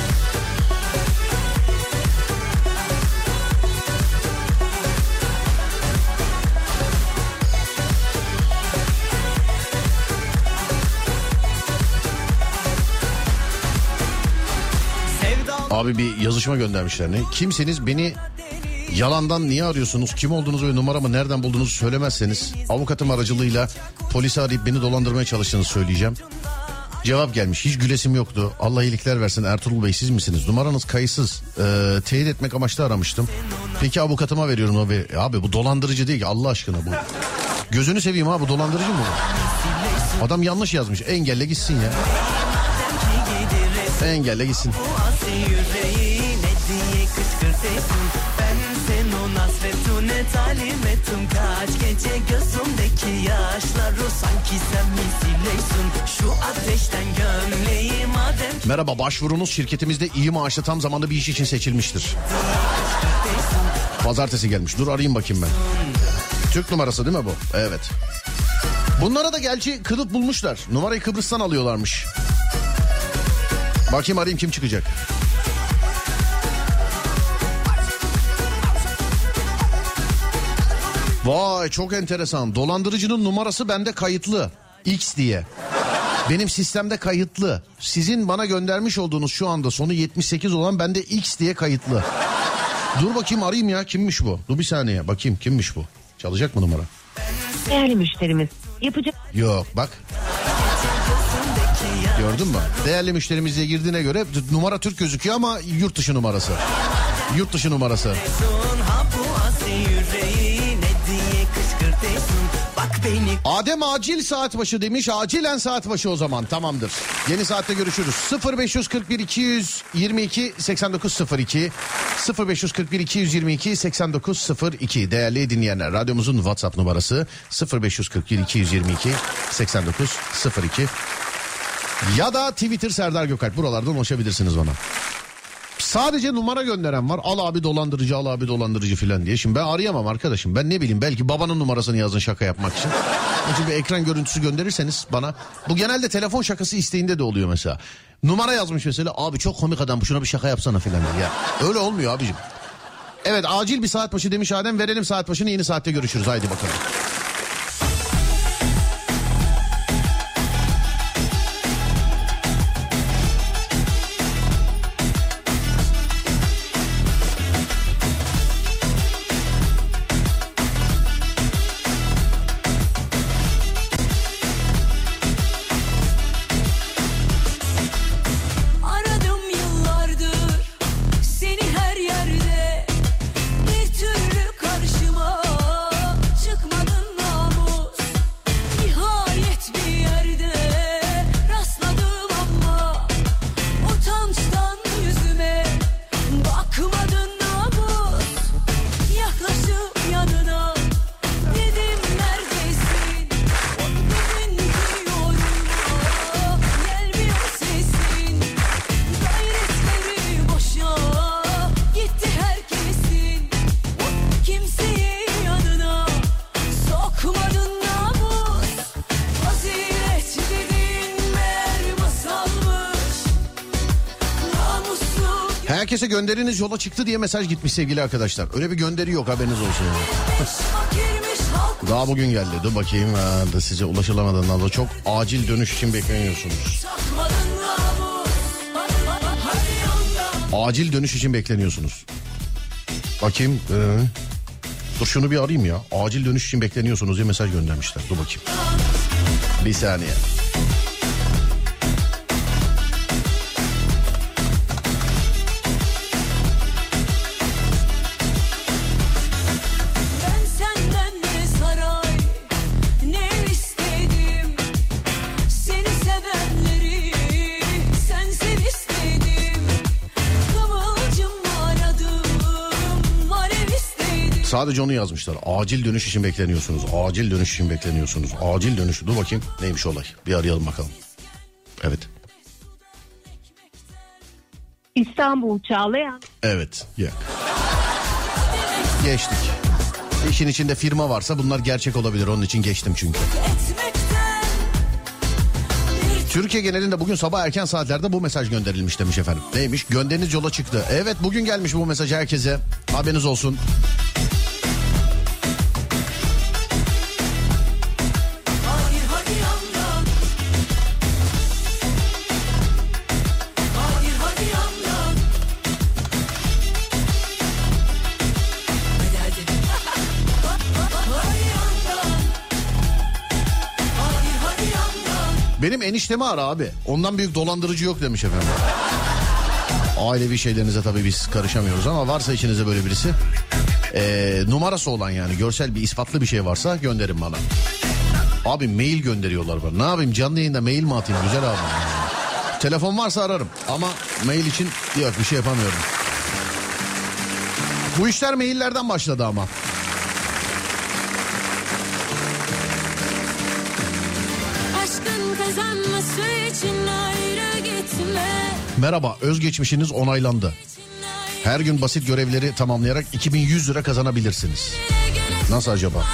Abi bir yazışma göndermişler. Ne? Kimsiniz, beni yalandan niye arıyorsunuz? Kim olduğunuzu ve numaramı nereden bulduğunuzu söylemezseniz avukatım aracılığıyla polisi arayıp beni dolandırmaya çalıştığınızı söyleyeceğim. Cevap gelmiş. Hiç gülesim yoktu. Allah iyilikler versin. Ertuğrul Bey siz misiniz? Numaranız kayıtsız. Teyit etmek amaçlı aramıştım. Peki avukatıma veriyorum abi. Abi bu dolandırıcı değil ki Allah aşkına bu. Gözünü seveyim abi, bu dolandırıcı mı bu? Adam yanlış yazmış. Engelle gitsin ya. Engelle gitsin. Ben senin hasretine talim ettim. Kaç gece gözümdeki yaşları sanki sen misileysin. Şu ateşten gömleği madem. Merhaba, başvurunuz şirketimizde iyi maaşlı tam zamanlı bir iş için seçilmiştir. Pazartesi gelmiş. Dur arayayım bakayım ben. Türk numarası değil mi bu? Evet. Bunlara da gerçi kılıf bulmuşlar. Numarayı Kıbrıs'tan alıyorlarmış. Bakayım arayayım, kim çıkacak? Vay çok enteresan. Dolandırıcının numarası bende kayıtlı. X diye. Benim sistemde kayıtlı. Sizin bana göndermiş olduğunuz şu anda sonu 78 olan bende X diye kayıtlı. Dur bakayım arayayım ya, kimmiş bu? Dur bir saniye bakayım kimmiş bu? Çalacak mı numara? Değerli müşterimiz yapacak... Yok bak. Gördün mü? Değerli müşterimize girdiğine göre numara Türk gözüküyor ama yurt dışı numarası. Yurt dışı numarası. Adem acil saat başı demiş. Acilen saat başı o zaman, tamamdır. Yeni saatte görüşürüz. 0541 222 8902 0541 222 8902 değerli dinleyenler, radyomuzun WhatsApp numarası 0541 222 8902 ya da Twitter Serdar Gökalp, buralardan ulaşabilirsiniz bana. Sadece numara gönderen var. Al abi dolandırıcı, al abi dolandırıcı filan diye. Şimdi ben arayamam arkadaşım. Ben ne bileyim, belki babanın numarasını yazın şaka yapmak için. Çünkü bir ekran görüntüsü gönderirseniz bana. Bu genelde telefon şakası isteğinde de oluyor mesela. Numara yazmış mesela. Abi çok komik adam, şuna bir şaka yapsana filan diye. Ya öyle olmuyor abicim. Evet, acil bir saat başı demiş Adem. Verelim saat başını, yeni saatte görüşürüz. Haydi bakalım. Herkese gönderiniz yola çıktı diye mesaj gitmiş sevgili arkadaşlar. Öyle bir gönderi yok, haberiniz olsun. Daha bugün geldi. Dur bakayım. Da size ulaşılamadığından da çok acil dönüş için bekleniyorsunuz. Acil dönüş için bekleniyorsunuz. Bakayım. Dur şunu bir arayayım ya. Acil dönüş için bekleniyorsunuz diye mesaj göndermişler. Dur bakayım. Bir saniye. Sadece onu yazmışlar. Acil dönüş için bekleniyorsunuz. Acil dönüş için bekleniyorsunuz. Acil dönüş. Dur bakayım neymiş olay. Bir arayalım bakalım. Evet. İstanbul Çağlayan. Evet. Yok. Geçtik. İşin içinde firma varsa bunlar gerçek olabilir. Onun için geçtim çünkü. Türkiye genelinde bugün sabah erken saatlerde bu mesaj gönderilmiş demiş efendim. Neymiş? Gönderiniz yola çıktı. Evet, bugün gelmiş bu mesaj herkese. Haberiniz olsun. Benim eniştemi ara abi. Ondan büyük dolandırıcı yok demiş efendim. Ailevi şeylerinize tabii biz karışamıyoruz ama varsa içinizde böyle birisi. Numarası olan, yani görsel bir ispatlı bir şey varsa gönderin bana. Abi mail gönderiyorlar bana. Ne yapayım, canlı yayında mail mi atayım güzel abi? Telefon varsa ararım ama mail için yok, bir şey yapamıyorum. Bu işler maillerden başladı ama. Merhaba, özgeçmişiniz onaylandı. Her gün basit görevleri tamamlayarak 2100 lira kazanabilirsiniz. Nasıl acaba?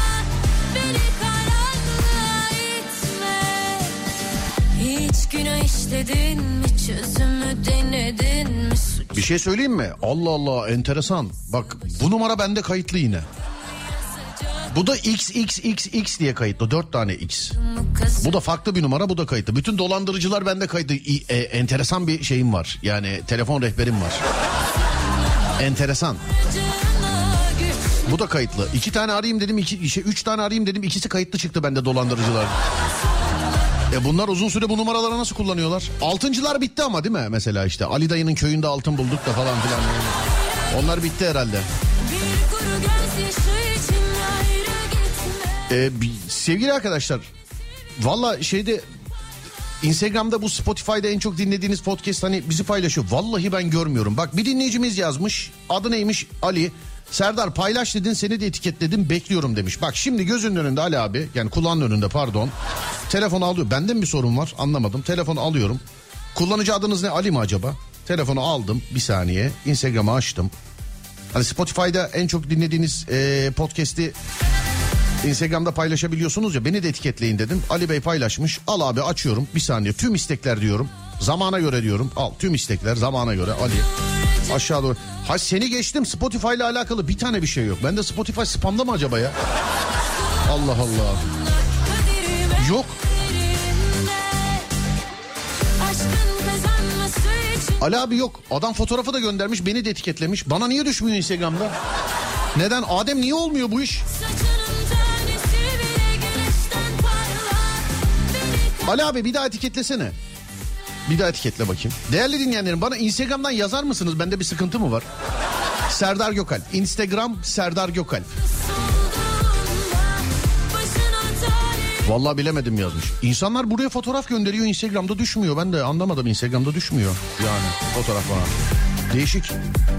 Bir şey söyleyeyim mi? Allah Allah, enteresan. Bak, bu numara bende kayıtlı yine. Bu da XXXX diye kayıtlı. 4 tane X. Bu da farklı bir numara, bu da kayıtlı. Bütün dolandırıcılar bende kayıtlı. Enteresan bir şeyim var. Yani telefon rehberim var. Enteresan. Bu da kayıtlı. 2 tane arayayım dedim, 3 tane arayayım dedim. İkisi kayıtlı çıktı bende, dolandırıcılar. Bunlar uzun süre bu numaraları nasıl kullanıyorlar? Altıncılar bitti ama değil mi? Mesela işte Ali dayının köyünde altın bulduk da falan filan. Onlar bitti herhalde. Sevgili arkadaşlar, valla Instagram'da bu Spotify'da en çok dinlediğiniz podcast hani bizi paylaşıyor. Vallahi ben görmüyorum. Bak, bir dinleyicimiz yazmış. Adı neymiş? Ali. Serdar paylaş dedin, seni de etiketledim, bekliyorum demiş. Bak şimdi gözünün önünde Ali abi, yani kulağının önünde, pardon. Telefonu alıyor. Bende mi bir sorun var? Anlamadım. Telefonu alıyorum. Kullanıcı adınız ne? Ali mi acaba? Telefonu aldım, bir saniye. Instagram'ı açtım. Hani Spotify'da en çok dinlediğiniz podcast'i Instagram'da paylaşabiliyorsunuz ya, beni de etiketleyin dedim. Ali Bey paylaşmış. Al abi, açıyorum. Bir saniye. Tüm istekler diyorum. Zamana göre diyorum. Al, tüm istekler zamana göre Ali. Aşağı doğru. Ha, seni geçtim, Spotify ile alakalı bir tane bir şey yok. Ben de Spotify spamda mı acaba ya? Allah Allah. Yok. Ali abi yok. Adam fotoğrafı da göndermiş, beni de etiketlemiş. Bana niye düşmüyor Instagram'da? Neden? Adem niye olmuyor bu iş? Ali abi bir daha etiketlesene. Bir daha etiketle bakayım. Değerli dinleyenlerim, bana Instagram'dan yazar mısınız? Bende bir sıkıntı mı var? Serdar Gökalp. Instagram Serdar Gökalp. Vallahi bilemedim yazmış. İnsanlar buraya fotoğraf gönderiyor, Instagram'da düşmüyor. Ben de anlamadım, Instagram'da düşmüyor. Yani fotoğraf falan. Değişik.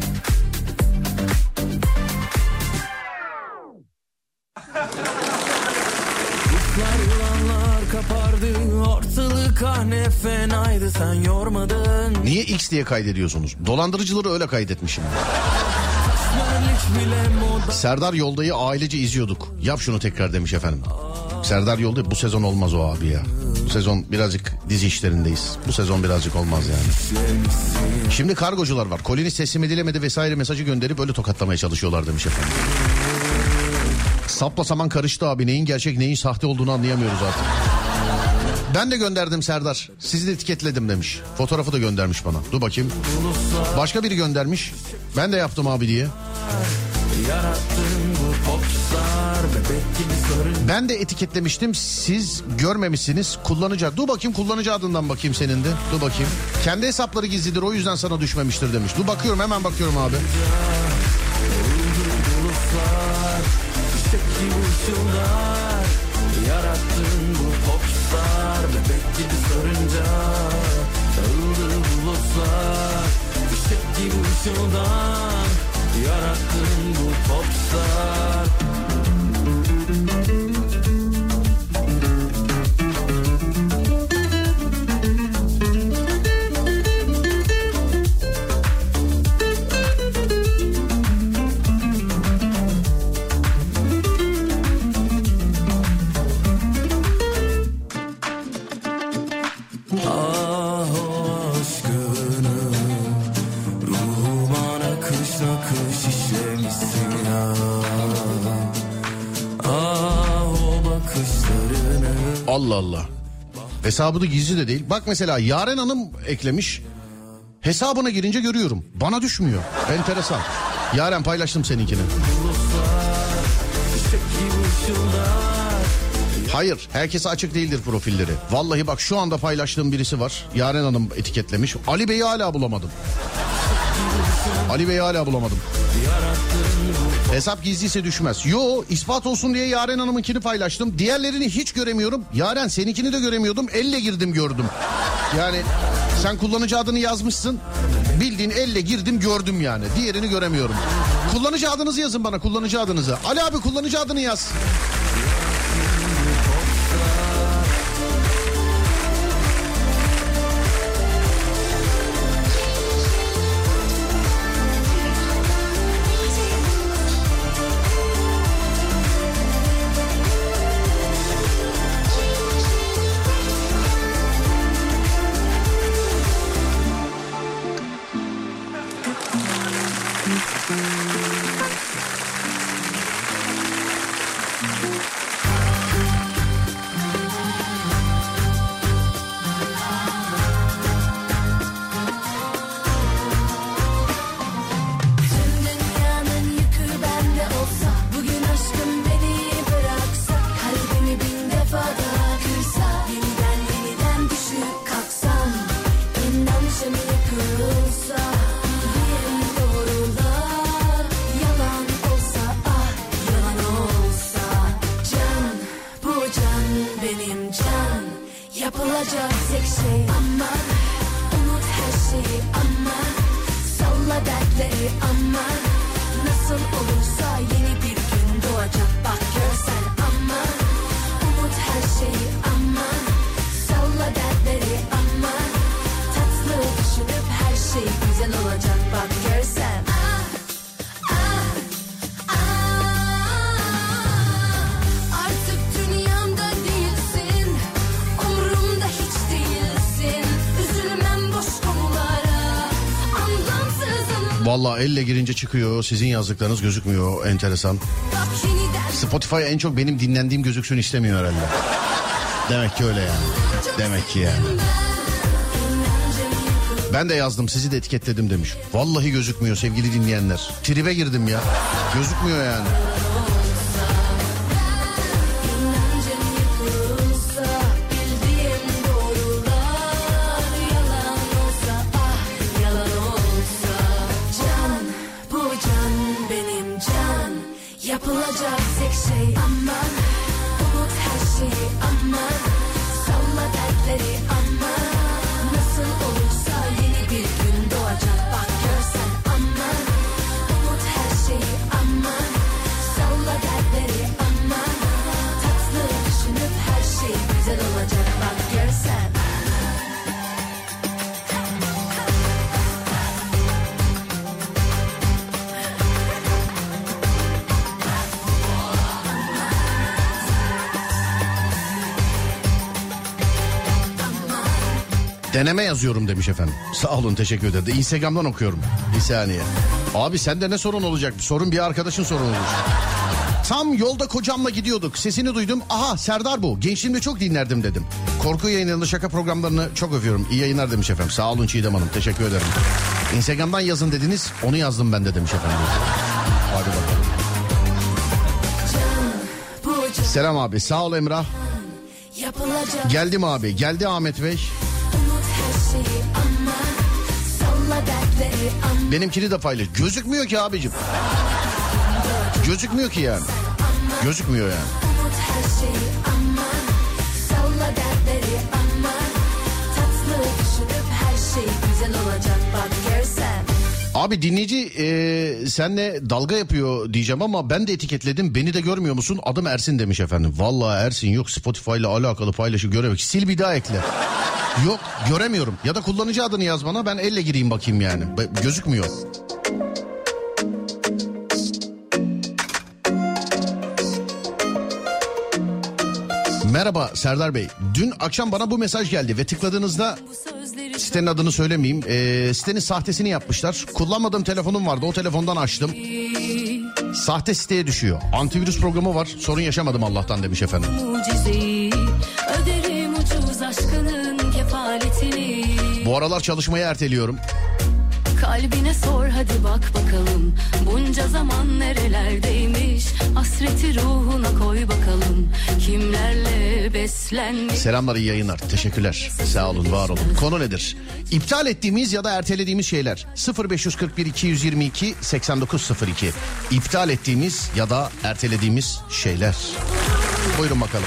Fenaydı, sen yormadın. Niye X diye kaydediyorsunuz? Dolandırıcıları öyle kaydetmişim. Serdar Yolda'yı ailece izliyorduk. Yap şunu tekrar demiş efendim. Serdar Yolda bu sezon olmaz o abi ya. Bu sezon birazcık dizi işlerindeyiz. Bu sezon birazcık olmaz yani. Şimdi kargocular var. Koliniz teslim edilemedi vesaire mesajı gönderip öyle tokatlamaya çalışıyorlar demiş efendim. Sapla saman karıştı abi. Neyin gerçek neyin sahte olduğunu anlayamıyoruz artık. Ben de gönderdim Serdar. Sizi de etiketledim demiş. Fotoğrafı da göndermiş bana. Dur bakayım. Başka biri göndermiş. Ben de yaptım abi diye. Ben de etiketlemiştim. Siz görmemişsiniz. Kullanıcı. Dur bakayım, kullanıcı adından bakayım senin de. Dur bakayım. Kendi hesapları gizlidir, o yüzden sana düşmemiştir demiş. Dur bakıyorum, hemen bakıyorum abi. Yarattın bu popstar, bebek gibi sarınca dağıldı bulutlar, fişek gibi ışıldan. Yarattın bu popstar. Allah Allah. Hesabı da gizli de değil. Bak mesela Yaren Hanım eklemiş. Hesabına girince görüyorum. Bana düşmüyor. Enteresan. Yaren paylaştım seninkini. Hayır, herkese açık değildir profilleri. Vallahi bak şu anda paylaştığım birisi var. Yaren Hanım etiketlemiş. Ali Bey'i hala bulamadım. Ali Bey'i hala bulamadım. Hesap gizliyse düşmez. Yo, ispat olsun diye Yaren Hanım'ınkini paylaştım. Diğerlerini hiç göremiyorum. Yaren seninkini de göremiyordum. Elle girdim gördüm. Yani sen kullanıcı adını yazmışsın. Bildiğin elle girdim gördüm yani. Diğerini göremiyorum. Kullanıcı adınızı yazın bana, kullanıcı adınızı. Ali abi kullanıcı adını yaz. Vallahi elle girince çıkıyor. Sizin yazdıklarınız gözükmüyor. Enteresan. Spotify en çok benim dinlendiğim gözüksün istemiyor herhalde. Demek ki öyle yani. Demek ki yani. Ben de yazdım, sizi de etiketledim demiş. Vallahi gözükmüyor sevgili dinleyenler. Tribe girdim ya. Gözükmüyor yani. Yapılacak tek şey aman, unut her şeyi aman, salla dertleri aman, nasıl olursa yeni bir gün doğacak bak görsen aman, unut her şeyi aman, salla dertleri aman, tatlı düşünüp her şey güzel olacak bak görsen. Deneme yazıyorum demiş efendim. Sağ olun, teşekkür ederim. Instagram'dan okuyorum. Bir saniye. Abi sende ne sorun olacak? Sorun bir arkadaşın sorunu olur. Tam yolda kocamla gidiyorduk. Sesini duydum. Aha Serdar bu. Gençliğimde çok dinlerdim dedim. Korku yayınlarında şaka programlarını çok övüyorum. İyi yayınlar demiş efendim. Sağ olun Çiğdem Hanım. Teşekkür ederim. Instagram'dan yazın dediniz. Onu yazdım ben de demiş efendim. Hadi bakalım. Selam abi. Sağ ol Emrah. Geldim abi. Geldi Ahmet Bey. Benimkini de paylaş. Gözükmüyor ki abicim. Gözükmüyor ki yani. Gözükmüyor yani. Abi dinleyici senle dalga yapıyor diyeceğim ama ben de etiketledim. Beni de görmüyor musun? Adım Ersin demiş efendim. Vallahi Ersin yok, Spotify ile alakalı paylaşım göremek. Sil bir daha ekle. Yok göremiyorum. Ya da kullanıcı adını yaz bana, ben elle gireyim bakayım yani. Gözükmüyor. Merhaba Serdar Bey. Dün akşam bana bu mesaj geldi ve tıkladığınızda sitenin adını söylemeyeyim. Sitenin sahtesini yapmışlar. Kullanmadığım telefonum vardı. O telefondan açtım. Sahte siteye düşüyor. Antivirüs programı var. Sorun yaşamadım Allah'tan demiş efendim. Mucizeyi öderim ucuz aşkının kefaletini. Bu aralar çalışmayı erteliyorum. Kalbine sor hadi bak bakalım. Bunca zaman nerelerdeymiş. Hasreti ruhuna koy bakalım. Kimlerle beslenmiş. Selamlar, iyi yayınlar. Teşekkürler. Sağ olun, var olun. Konu nedir? İptal ettiğimiz ya da ertelediğimiz şeyler. 0541 222 8902. İptal ettiğimiz ya da ertelediğimiz şeyler. Buyurun bakalım.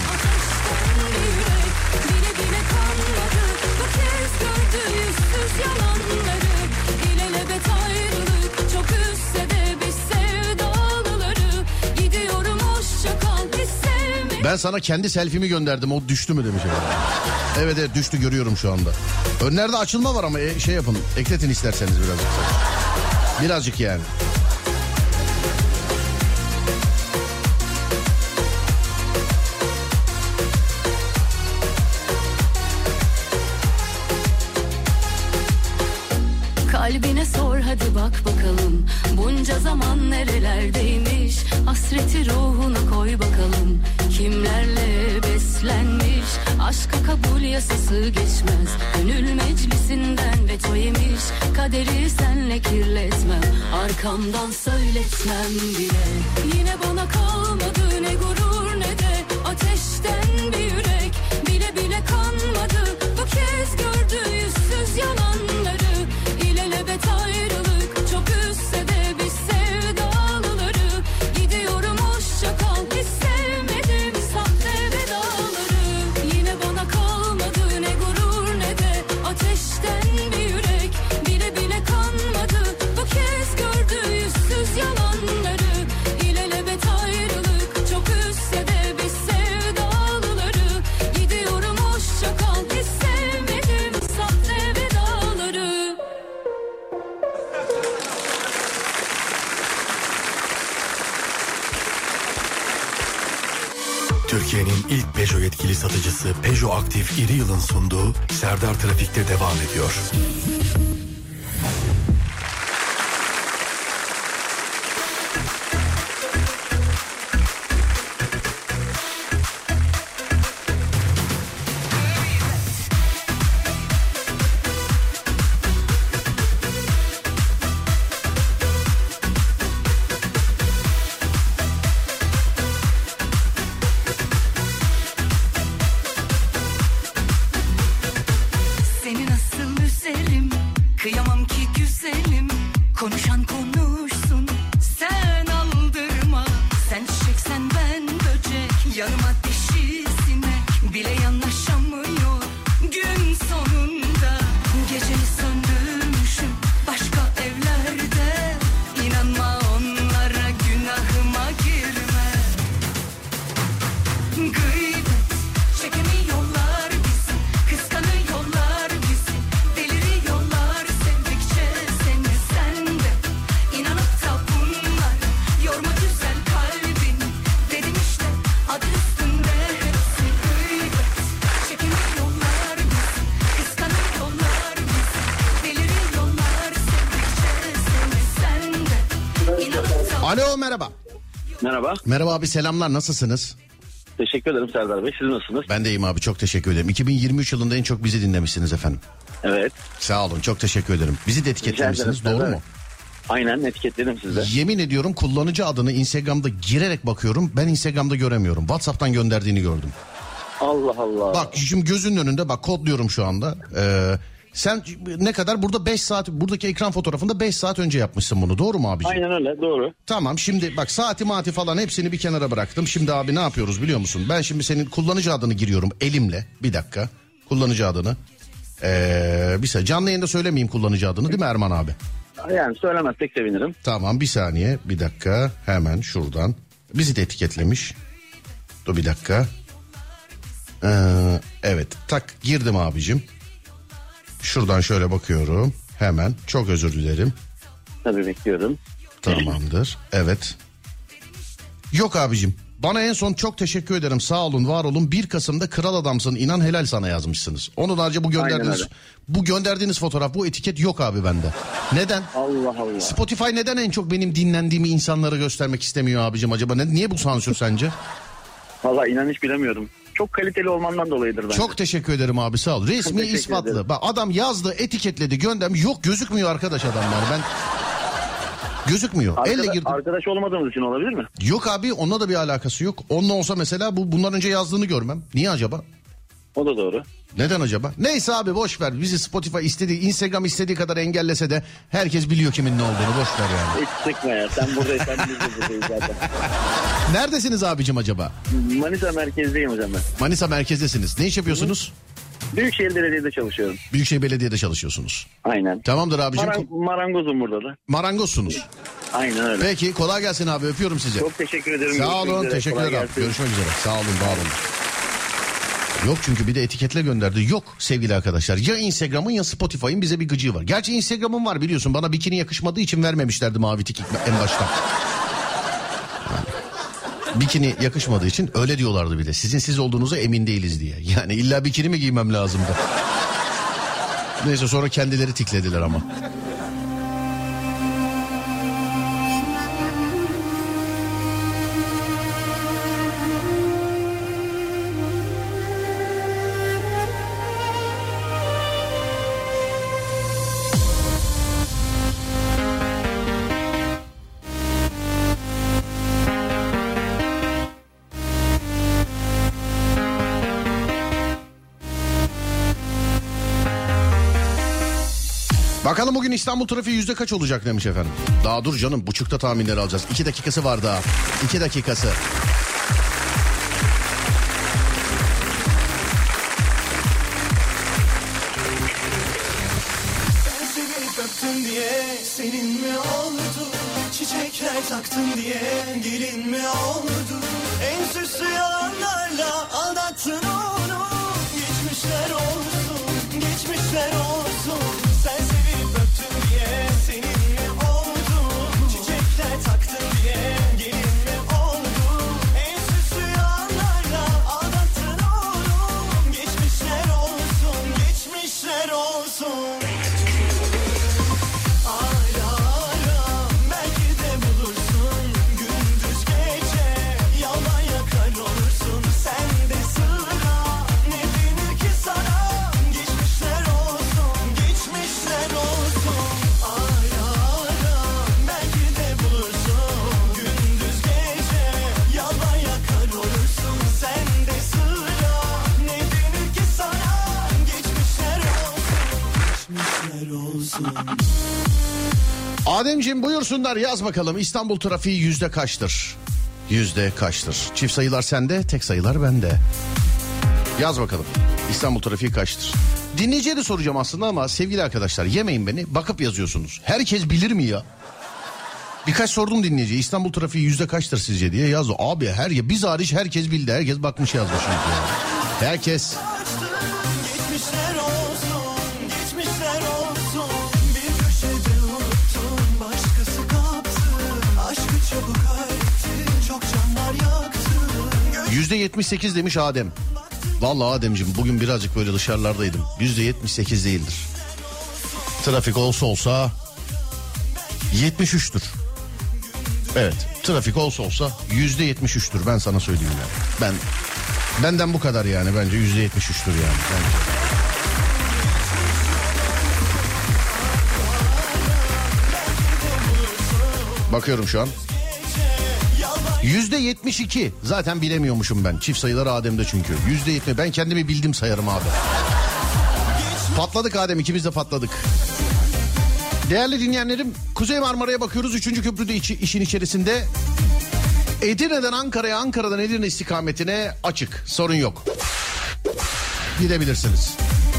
Ben sana kendi selfie'mi gönderdim, o düştü mü demiş efendim. Evet evet, düştü, görüyorum şu anda. Önlerde açılma var ama şey yapın, ekletin isterseniz birazcık. Birazcık yani. Kalbine sor hadi bak bakalım. Bunca zaman nerelerdeymiş. Hasreti ruhuna koy bakalım. Kimlerle beslenmiş. Aşka kabul yasası geçmez. Gönül meclisinden veto yemiş. Kaderi senle kirletmem. Arkamdan söyletmem bile. Yine bana kalmadı ne gurur ne de ateşten bir yürek. Bile bile kanmadı. Bu kez gördü yüzsüz yalanları. İlelebet ayrılık çok üstse de biz sevdalıları. Gidiyorum hoşça kal, hiç sevmedim sahte vedaları. Yine bana kalmadı ne gurur ne de ateşten bir yürek. Bile bile kanmadı, bu kez gördü yüzsüz yalanları. İlelebet ayrılık çok üstse de biz sevdalıları. Gidiyorum hoşça kal, hiç sevmedim sahte vedaları. Türkiye'nin ilk Peugeot yetkili satıcısı Peugeot Aktif İri Yıl'ın sunduğu Serdar Trafik'te devam ediyor. Seni nasıl üzerim, kıyamam ki güzelim. Konuşan konuşsun, sen aldırma. Sen çiçeksen ben böcek, yanıma dişi sinek. Bile yanaşamıyor gün sonunda. Geceni söndürmüşüm başka evlerde. İnanma onlara, günahıma girme. Gıybet çekemiyorlar bizi, kıskanıyorlar bizi, deliriyorlar sevdikçe seni sende. İnanıp da bunlar yorma güzel kalbini, dedim işte adı üstünde hepsi. Gıybet çekemiyorlar bizi, kıskanıyorlar bizi, deliriyorlar sevdikçe seni sende. İnanıp da Alo, merhaba. Merhaba. Merhaba abi, selamlar, nasılsınız? Teşekkür ederim Serdar Bey. Siz nasılsınız? Ben de iyiyim abi, çok teşekkür ederim. 2023 yılında en çok bizi dinlemişsiniz efendim. Evet. Sağ olun, çok teşekkür ederim. Bizi de etiketlemişsiniz, Rica ederim, doğru evet. mu? Aynen, etiketledim sizde. Yemin ediyorum kullanıcı adını Instagram'da girerek bakıyorum. Ben Instagram'da göremiyorum. WhatsApp'tan gönderdiğini gördüm. Allah Allah. Bak şimdi gözünün önünde, bak kodluyorum şu anda. Sen ne kadar burada 5 saat, buradaki ekran fotoğrafında 5 saat önce yapmışsın bunu, doğru mu abiciğim? Aynen öyle, doğru. Tamam, şimdi bak saati maati falan hepsini bir kenara bıraktım. Şimdi abi ne yapıyoruz biliyor musun? Ben şimdi senin kullanıcı adını giriyorum elimle. Bir dakika, kullanıcı adını. Bir saniye, canlı yayında söylemeyeyim kullanıcı adını değil mi Erman abi? Yani söylemezsek sevinirim. Tamam, bir saniye, bir dakika, hemen şuradan. Bizi de etiketlemiş. Dur bir dakika. Evet, tak girdim abicim. Şuradan şöyle bakıyorum. Hemen, çok özür dilerim. Tabii bekliyorum. Tamamdır. Evet. Yok abicim. Bana en son çok teşekkür ederim, sağ olun, var olun. 1 Kasım'da kral adamsın, inan helal sana yazmışsınız. Onun haricinde bu gönderdiğiniz fotoğraf, bu etiket yok abi bende. Neden? Allah Allah. Spotify neden en çok benim dinlendiğimi insanlara göstermek istemiyor abicim acaba? Niye bu sansür sence? Valla inan hiç bilemiyorum. Çok kaliteli olmandan dolayıdır bence. Çok teşekkür ederim abi, sağ ol. Resmi ispatlı. Bak adam yazdı, etiketledi, göndermiş. Yok, gözükmüyor arkadaş adam yani. Ben gözükmüyor. Elle girdim. Arkadaş olmadığımız için olabilir mi? Yok abi, onunla da bir alakası yok. Onunla olsa mesela bundan önce yazdığını görmem. Niye acaba? O da doğru. Neden acaba? Neyse abi, boş ver. Bizi Spotify Instagram istediği kadar engellese de herkes biliyor kimin ne olduğunu, boş ver yani. Hiç sıkma ya. Sen buradaysan biz de buradayız zaten. Neredesiniz abicim acaba? Manisa merkezdeyim hocam ben. Manisa merkezdesiniz. Ne iş yapıyorsunuz? Büyükşehir Belediye'de çalışıyorum. Büyükşehir Belediye'de çalışıyorsunuz. Aynen. Tamamdır abicim. Marangozum burada da. Marangozsunuz. Aynen öyle. Peki, kolay gelsin abi, öpüyorum sizi. Çok teşekkür ederim. Sağ olun, teşekkürler abi. Görüşmek üzere. Sağ olun, var olun. Yok çünkü bir de etiketle gönderdi. Yok sevgili arkadaşlar. Ya Instagram'ın ya Spotify'ın bize bir gıcığı var. Gerçi Instagram'ın var biliyorsun. Bana bikini yakışmadığı için vermemişlerdi mavi tik en başta. Yani, bikini yakışmadığı için öyle diyorlardı bir de. Sizin siz olduğunuza emin değiliz diye. Yani illa bikini mi giymem lazımdı? Neyse, sonra kendileri tiklediler ama. Bakalım bugün İstanbul trafiği yüzde kaç olacak demiş efendim. Daha dur canım, buçukta tahminleri alacağız. 2 dakikası var daha. 2 dakikası. Ben seni öptüm diye senin mi oldu? Çiçekler taktın diye gelin mi oldu? En süslü yalanlarla aldattın onu. Geçmişler olsun, geçmişler olsun. Sen sevip öptün diye senin mi oldu? Çiçekler taktın diye gelin mi oldu? En süslü yalanlarla aldattın onu. Geçmişler olsun, geçmişler olsun. Ara ara belki de bulursun. Gündüz gece yalan yakar olursun. Sen de sıra ne denir ki sana? Geçmişler olsun, geçmişler olsun. Ara ara belki de bulursun. Gündüz gece yalan yakar olursun. Sen de sıra ne denir ki sana? Geçmişler olsun, geçmişler olsun. Ademciğim buyursunlar, yaz bakalım. İstanbul trafiği yüzde kaçtır? Yüzde kaçtır? Çift sayılar sende, tek sayılar bende. Yaz bakalım. İstanbul trafiği kaçtır? Dinleyiciye de soracağım aslında ama sevgili arkadaşlar, yemeyin beni. Bakıp yazıyorsunuz. Herkes bilir mi ya? Birkaç sordum dinleyiciye. İstanbul trafiği yüzde kaçtır sizce diye yazdı. Abi biz hariç herkes bildi. Herkes bakmış yazmış. Yani. Herkes. Geçmişler olsun, geçmişler olsun. Bir köşede unuttun, başkası kaptı. Aşkı çabuk öğretti, çok canlar yaktı. %78 demiş Adem. Vallahi Ademciğim bugün birazcık böyle dışarılardaydım. %78 değildir. Trafik olsa 73'tür. Evet, trafik olsa %73'tür, ben sana söyleyeyim yani. Benden bu kadar yani, bence %73'tür yani. Bence. Bakıyorum şu an. %72 zaten bilemiyormuşum ben. Çift sayılar Adem'de çünkü. %70 ben kendimi bildim sayarım abi. Patladık Adem, ikimiz de patladık. Değerli dinleyenlerim, Kuzey Marmara'ya bakıyoruz. 3. köprüde işin içerisinde. Edirne'den Ankara'ya, Ankara'dan Edirne istikametine açık. Sorun yok. Gidebilirsiniz.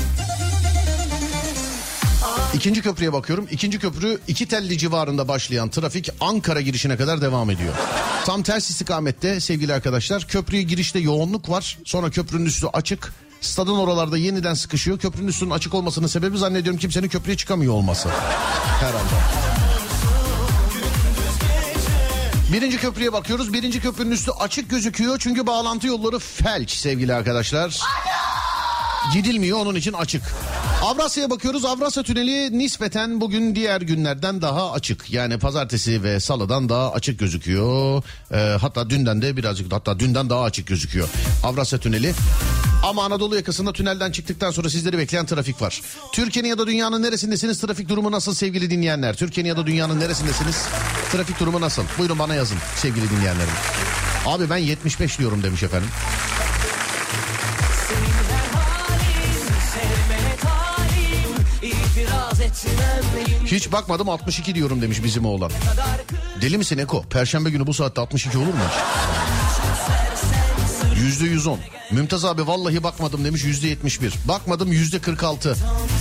2. köprüye bakıyorum. 2. köprü İkitelli civarında başlayan trafik Ankara girişine kadar devam ediyor. Tam ters istikamette sevgili arkadaşlar. Köprüye girişte yoğunluk var. Sonra köprünün üstü açık. Stadın oralarda yeniden sıkışıyor. Köprünün üstünün açık olmasının sebebi zannediyorum kimsenin köprüye çıkamıyor olması. Herhalde. Birinci köprüye bakıyoruz. Birinci köprünün üstü açık gözüküyor çünkü bağlantı yolları felç sevgili arkadaşlar. Gidilmiyor, onun için açık. Avrasya'ya bakıyoruz. Avrasya Tüneli nispeten bugün diğer günlerden daha açık. Yani pazartesi ve salıdan daha açık gözüküyor. Hatta dünden de birazcık, hatta dünden daha açık gözüküyor Avrasya Tüneli. Ama Anadolu yakasında tünelden çıktıktan sonra sizleri bekleyen trafik var. Türkiye'nin ya da dünyanın neresindesiniz? Trafik durumu nasıl sevgili dinleyenler? Türkiye'nin ya da dünyanın neresindesiniz? Trafik durumu nasıl? Buyurun bana yazın sevgili dinleyenlerim. Abi ben 75 diyorum demiş efendim. Hiç bakmadım 62 diyorum demiş bizim oğlan. Deli misin Eko? Perşembe günü bu saatte 62 olur mu? %110. Mümtaz abi vallahi bakmadım demiş, %71. Bakmadım %46.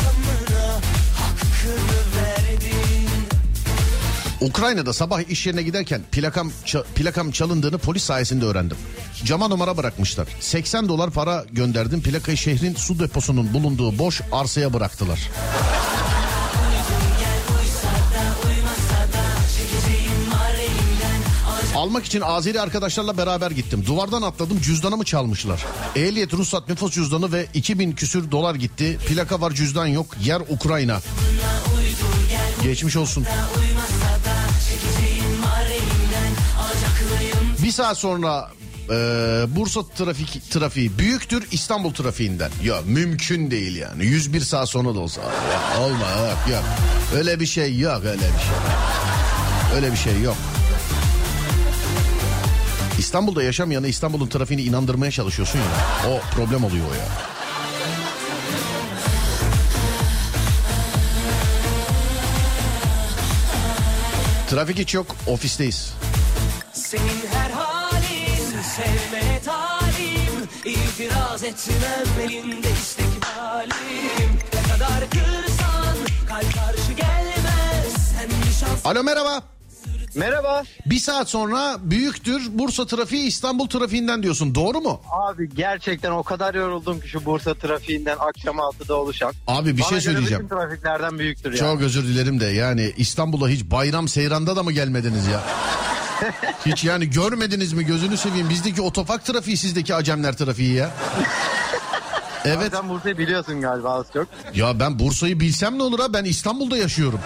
Ukrayna'da sabah iş yerine giderken plakam çalındığını polis sayesinde öğrendim. Cama numara bırakmışlar. $80 para gönderdim. Plakayı şehrin su deposunun bulunduğu boş arsaya bıraktılar. Almak için Azeri arkadaşlarla beraber gittim. Duvardan atladım, cüzdanımı çalmışlar. Ehliyet, ruhsat, nüfus cüzdanı ve 2000 küsür dolar gitti. Plaka var, cüzdan yok. Yer Ukrayna. Geçmiş olsun. Bir saat sonra Bursa trafiği büyüktür İstanbul trafiğinden. Ya mümkün değil yani. 101 saat sonra da olsa. Ya, olma yok. Öyle bir şey yok, öyle bir şey yok. İstanbul'da yaşamayanı İstanbul'un trafiğini inandırmaya çalışıyorsun ya. O problem oluyor ya. Trafik hiç yok, ofisteyiz. Senin her halin sevmeye talim, itiraz etmem elinde istek halim. Ne kadar kırsan kalp karşı gelmez. Sen bir şans... Alo merhaba. Merhaba. Bir saat sonra büyüktür Bursa trafiği İstanbul trafiğinden diyorsun, doğru mu? Abi gerçekten o kadar yoruldum ki şu Bursa trafiğinden akşam 6'da oluşan. Abi bir şey söyleyeceğim. Bütün trafiklerden büyüktür ya. Çok özür dilerim de yani İstanbul'a hiç bayram seyranda da mı gelmediniz ya? Hiç yani görmediniz mi, gözünü seveyim, bizdeki otopark trafiği sizdeki Acemler trafiği ya. Evet. Sen Bursa'yı biliyorsun galiba az çok. Ya ben Bursa'yı bilsem ne olur ha, ben İstanbul'da yaşıyorum.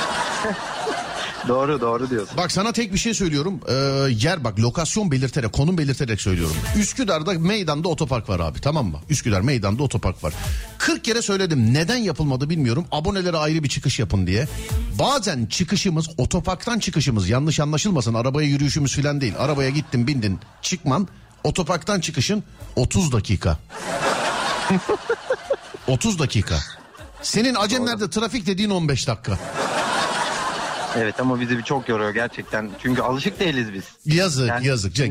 Doğru diyorsun. Bak sana tek bir şey söylüyorum. Yer bak, lokasyon belirterek, konum belirterek söylüyorum. Üsküdar'da meydanda otopark var abi, tamam mı? Üsküdar meydanda otopark var. 40 kere söyledim, neden yapılmadı bilmiyorum. Abonelere ayrı bir çıkış yapın diye. Bazen çıkışımız, otoparktan çıkışımız, yanlış anlaşılmasın, arabaya yürüyüşümüz falan değil. Arabaya gittin, bindin, çıkman, otoparktan çıkışın 30 dakika. 30 dakika. Senin Acemler'de trafik dediğin 15 dakika. Evet ama bizi çok yoruyor gerçekten. Çünkü alışık değiliz biz. Yazık. Gel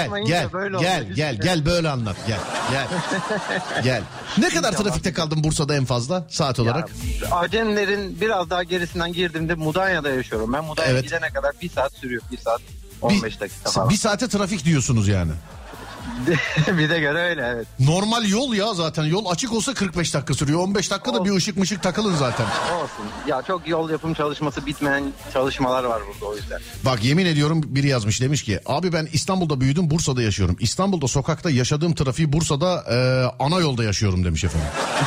böyle anlat. Gel. Ne kadar trafikte kaldın Bursa'da en fazla saat olarak? Acemlerin biraz daha gerisinden girdiğimde Mudanya'da yaşıyorum. Ben Mudanya'ya gidene kadar 1 saat sürüyor. 1 saat 15 dakika falan. 1 saate trafik diyorsunuz yani. Bize göre öyle, evet. Normal yol ya, zaten yol açık olsa 45 dakika sürüyor. 15 dakikada bir ışık takılın zaten. Olsun. Ya çok yol yapım çalışması bitmeyen çalışmalar var burada, o yüzden. Bak yemin ediyorum, biri yazmış, demiş ki abi ben İstanbul'da büyüdüm, Bursa'da yaşıyorum. İstanbul'da sokakta yaşadığım trafiği Bursa'da ana yolda yaşıyorum demiş efendim.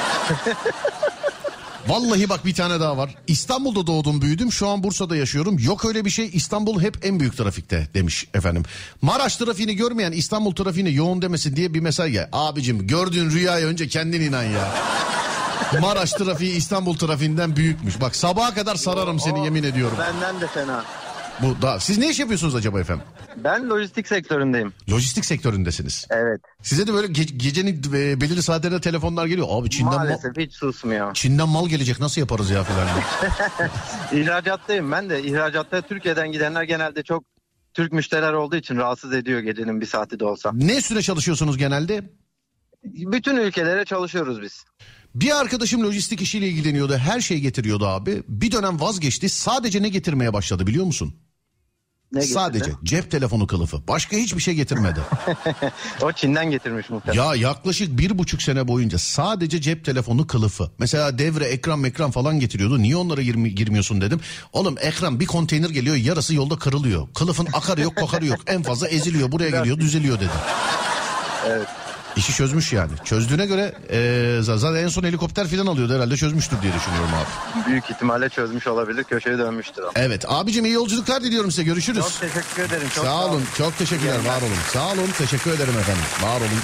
Vallahi bak bir tane daha var. İstanbul'da doğdum büyüdüm, şu an Bursa'da yaşıyorum. Yok öyle bir şey, İstanbul hep en büyük trafikte demiş efendim. Maraş trafiğini görmeyen İstanbul trafiğine yoğun demesin diye bir mesaj gel. Abicim gördüğün rüyaya önce kendin inan ya. Maraş trafiği İstanbul trafiğinden büyükmüş. Bak sabaha kadar sararım seni, yemin ediyorum. Benden de fena. Bu da, siz ne iş yapıyorsunuz acaba efendim? Ben lojistik sektöründeyim. Lojistik sektöründesiniz. Evet. Size de böyle gecenin belirli saatlerinde telefonlar geliyor. Abi Çin'den maalesef hiç susmuyor. Çin'den mal gelecek, nasıl yaparız ya filan. İhracattayım ben de. İhracatta Türkiye'den gidenler genelde çok Türk müşteriler olduğu için rahatsız ediyor gecenin 1 saati de olsa. Ne süre çalışıyorsunuz genelde? Bütün ülkelere çalışıyoruz biz. Bir arkadaşım lojistik işiyle ilgileniyordu. Her şey getiriyordu abi. Bir dönem vazgeçti. Sadece ne getirmeye başladı biliyor musun? Ne getirdi? Sadece cep telefonu kılıfı. Başka hiçbir şey getirmedi. O Çin'den getirmiş muhtemelen. Ya yaklaşık 1,5 sene boyunca sadece cep telefonu kılıfı. Mesela devre ekran falan getiriyordu. Niye onlara girmiyorsun dedim. Oğlum ekran bir konteyner geliyor, yarısı yolda kırılıyor. Kılıfın akarı yok kokarı yok. En fazla eziliyor, buraya geliyor, düzeliyor dedim. Evet. İşi çözmüş yani. Çözdüğüne göre zaten en son helikopter falan alıyordu herhalde, çözmüştür diye düşünüyorum abi. Büyük ihtimalle çözmüş olabilir, köşeye dönmüştür ama. Evet abicim, iyi yolculuklar diliyorum size, görüşürüz. Çok teşekkür ederim. Çok sağ olun. Çok teşekkürler, var olun. Sağ olun, teşekkür ederim efendim, var olun.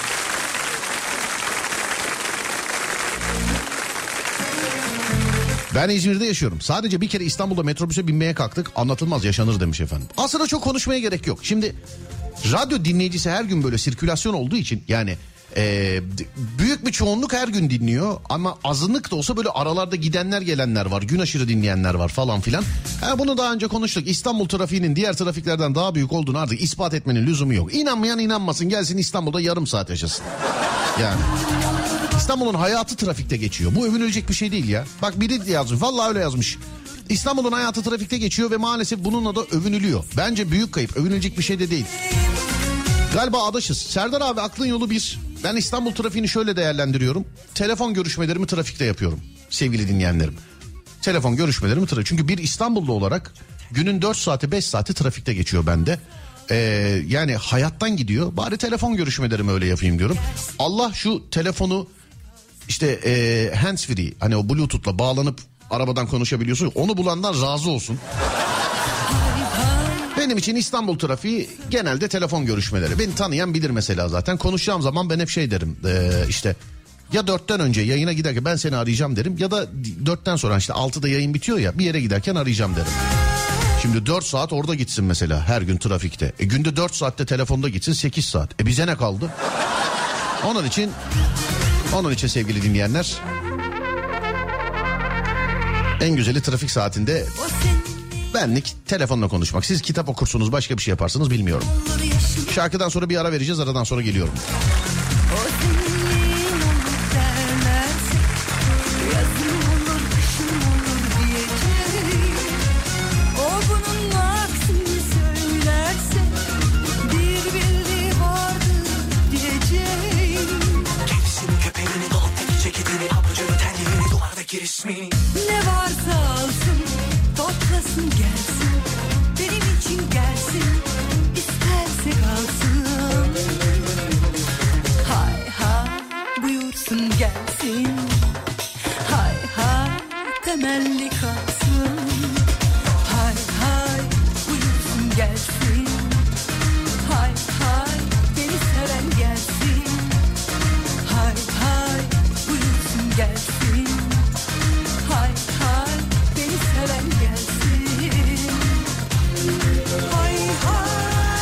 Ben İzmir'de yaşıyorum. Sadece bir kere İstanbul'da metrobüse binmeye kalktık. Anlatılmaz, yaşanır demiş efendim. Aslında çok konuşmaya gerek yok. Şimdi radyo dinleyicisi her gün böyle sirkülasyon olduğu için yani büyük bir çoğunluk her gün dinliyor. Ama azınlık da olsa böyle aralarda gidenler gelenler var. Gün aşırı dinleyenler var falan filan. Bunu daha önce konuştuk. İstanbul trafiğinin diğer trafiklerden daha büyük olduğunu artık ispat etmenin lüzumu yok. İnanmayan inanmasın, gelsin İstanbul'da yarım saat yaşasın. Yani İstanbul'un hayatı trafikte geçiyor. Bu övünülecek bir şey değil ya. Bak biri yazmış. Vallahi öyle yazmış. İstanbul'un hayatı trafikte geçiyor ve maalesef bununla da övünülüyor. Bence büyük kayıp. Övünülecek bir şey de değil. Galiba adaşız. Serdar abi, aklın yolu bir. Ben İstanbul trafiğini şöyle değerlendiriyorum. Telefon görüşmelerimi trafikte yapıyorum. Sevgili dinleyenlerim. Telefon görüşmelerimi trafikte. Çünkü bir İstanbullu olarak günün 4 saati 5 saati trafikte geçiyor bende. Yani hayattan gidiyor. Bari telefon görüşmelerimi öyle yapayım diyorum. Allah şu telefonu işte handsfree, hani o bluetooth'la bağlanıp arabadan konuşabiliyorsun. Onu bulandan razı olsun. Benim için İstanbul trafiği genelde telefon görüşmeleri. Beni tanıyan bilir mesela zaten. Konuşacağım zaman ben hep şey derim. İşte ya 4'ten önce yayına giderken ben seni arayacağım derim. Ya da 4'ten sonra işte 6'da yayın bitiyor ya, bir yere giderken arayacağım derim. Şimdi 4 saat orada gitsin mesela her gün trafikte. Günde 4 saatte telefonda gitsin 8 saat. Bize ne kaldı? Onun için sevgili dinleyenler, en güzeli trafik saatinde benlik telefonla konuşmak. Siz kitap okursunuz, başka bir şey yaparsınız, bilmiyorum. Şarkıdan sonra bir ara vereceğiz, aradan sonra geliyorum. Ne varsa alsın, toplasın gelsin, benim için gelsin, isterse kalsın. Hay hay buyursun gelsin, hay hay temelli kalsın. Hay hay buyursun gelsin, hay hay beni seven gelsin. Hay hay buyursun gelsin. Hay hay beni seven gelsin. Hay hay.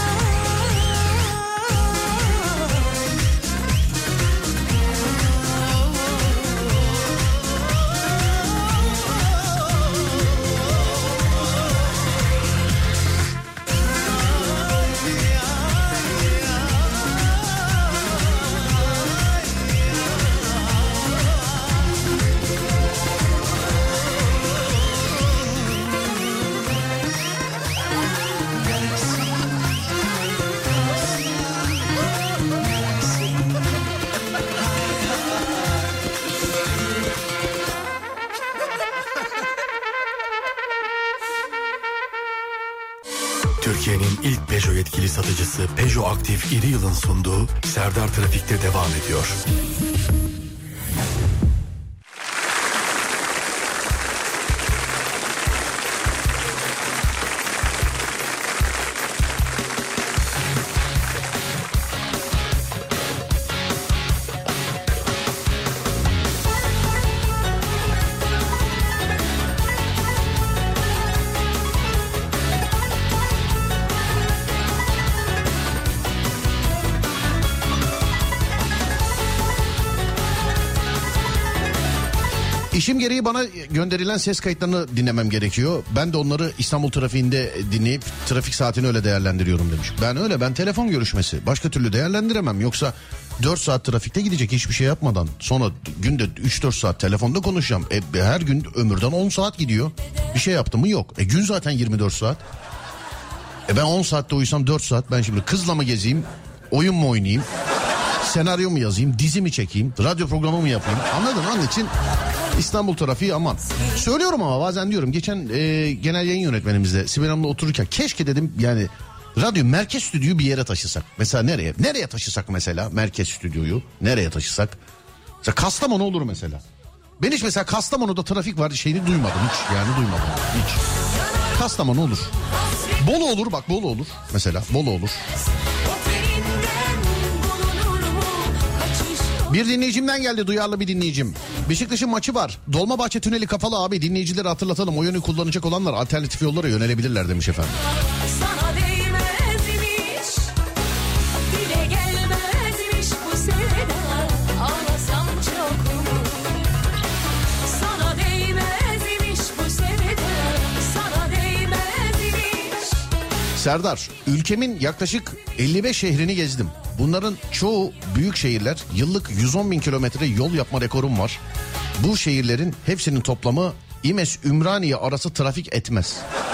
Türkiye'nin ilk Peugeot yetkili satıcısı Peugeot Aktif İri Yıl'ın sunduğu Serdar Trafik'te devam ediyor. İşim gereği bana gönderilen ses kayıtlarını dinlemem gerekiyor. Ben de onları İstanbul trafiğinde dinleyip trafik saatini öyle değerlendiriyorum demiş. Ben telefon görüşmesi başka türlü değerlendiremem. Yoksa 4 saat trafikte gidecek hiçbir şey yapmadan. Sonra günde 3-4 saat telefonda konuşacağım. Her gün ömürden 10 saat gidiyor. Bir şey yaptım mı yok. Gün zaten 24 saat. Ben 10 saatte uyusam 4 saat ben şimdi kızla mı gezeyim, oyun mu oynayayım, senaryo mu yazayım, dizi mi çekeyim, radyo programı mı yapayım, anladın? Onun için İstanbul trafiği aman. Söylüyorum ama bazen diyorum, geçen genel yayın yönetmenimizle Sibel Hanım'la otururken keşke dedim yani radyo merkez stüdyoyu bir yere taşısak. Mesela nereye? Nereye taşısak mesela merkez stüdyoyu? Nereye taşısak? Mesela Kastamonu olur mesela. Ben hiç mesela Kastamonu'da trafik var şeyini duymadım hiç. Yani duymadım hiç. Kastamonu olur. Bolu olur bak, Bolu olur mesela. Bolu olur. Bir dinleyicimden geldi, duyarlı bir dinleyicim. Beşiktaş'ın maçı var. Dolmabahçe tüneli kapalı abi. Dinleyicileri hatırlatalım. O yönü kullanacak olanlar alternatif yollara yönelebilirler demiş efendim. Sana değmezmiş, dile gelmezmiş bu sevda. Ağlasam çok mu? Sana değmezmiş bu sevda. Sana değmezmiş. Serdar, ülkemin yaklaşık 55 şehrini gezdim. Bunların çoğu büyük şehirler. Yıllık 110.000 kilometre yol yapma rekorum var. Bu şehirlerin hepsinin toplamı İmes-Ümraniye arası trafik etmez.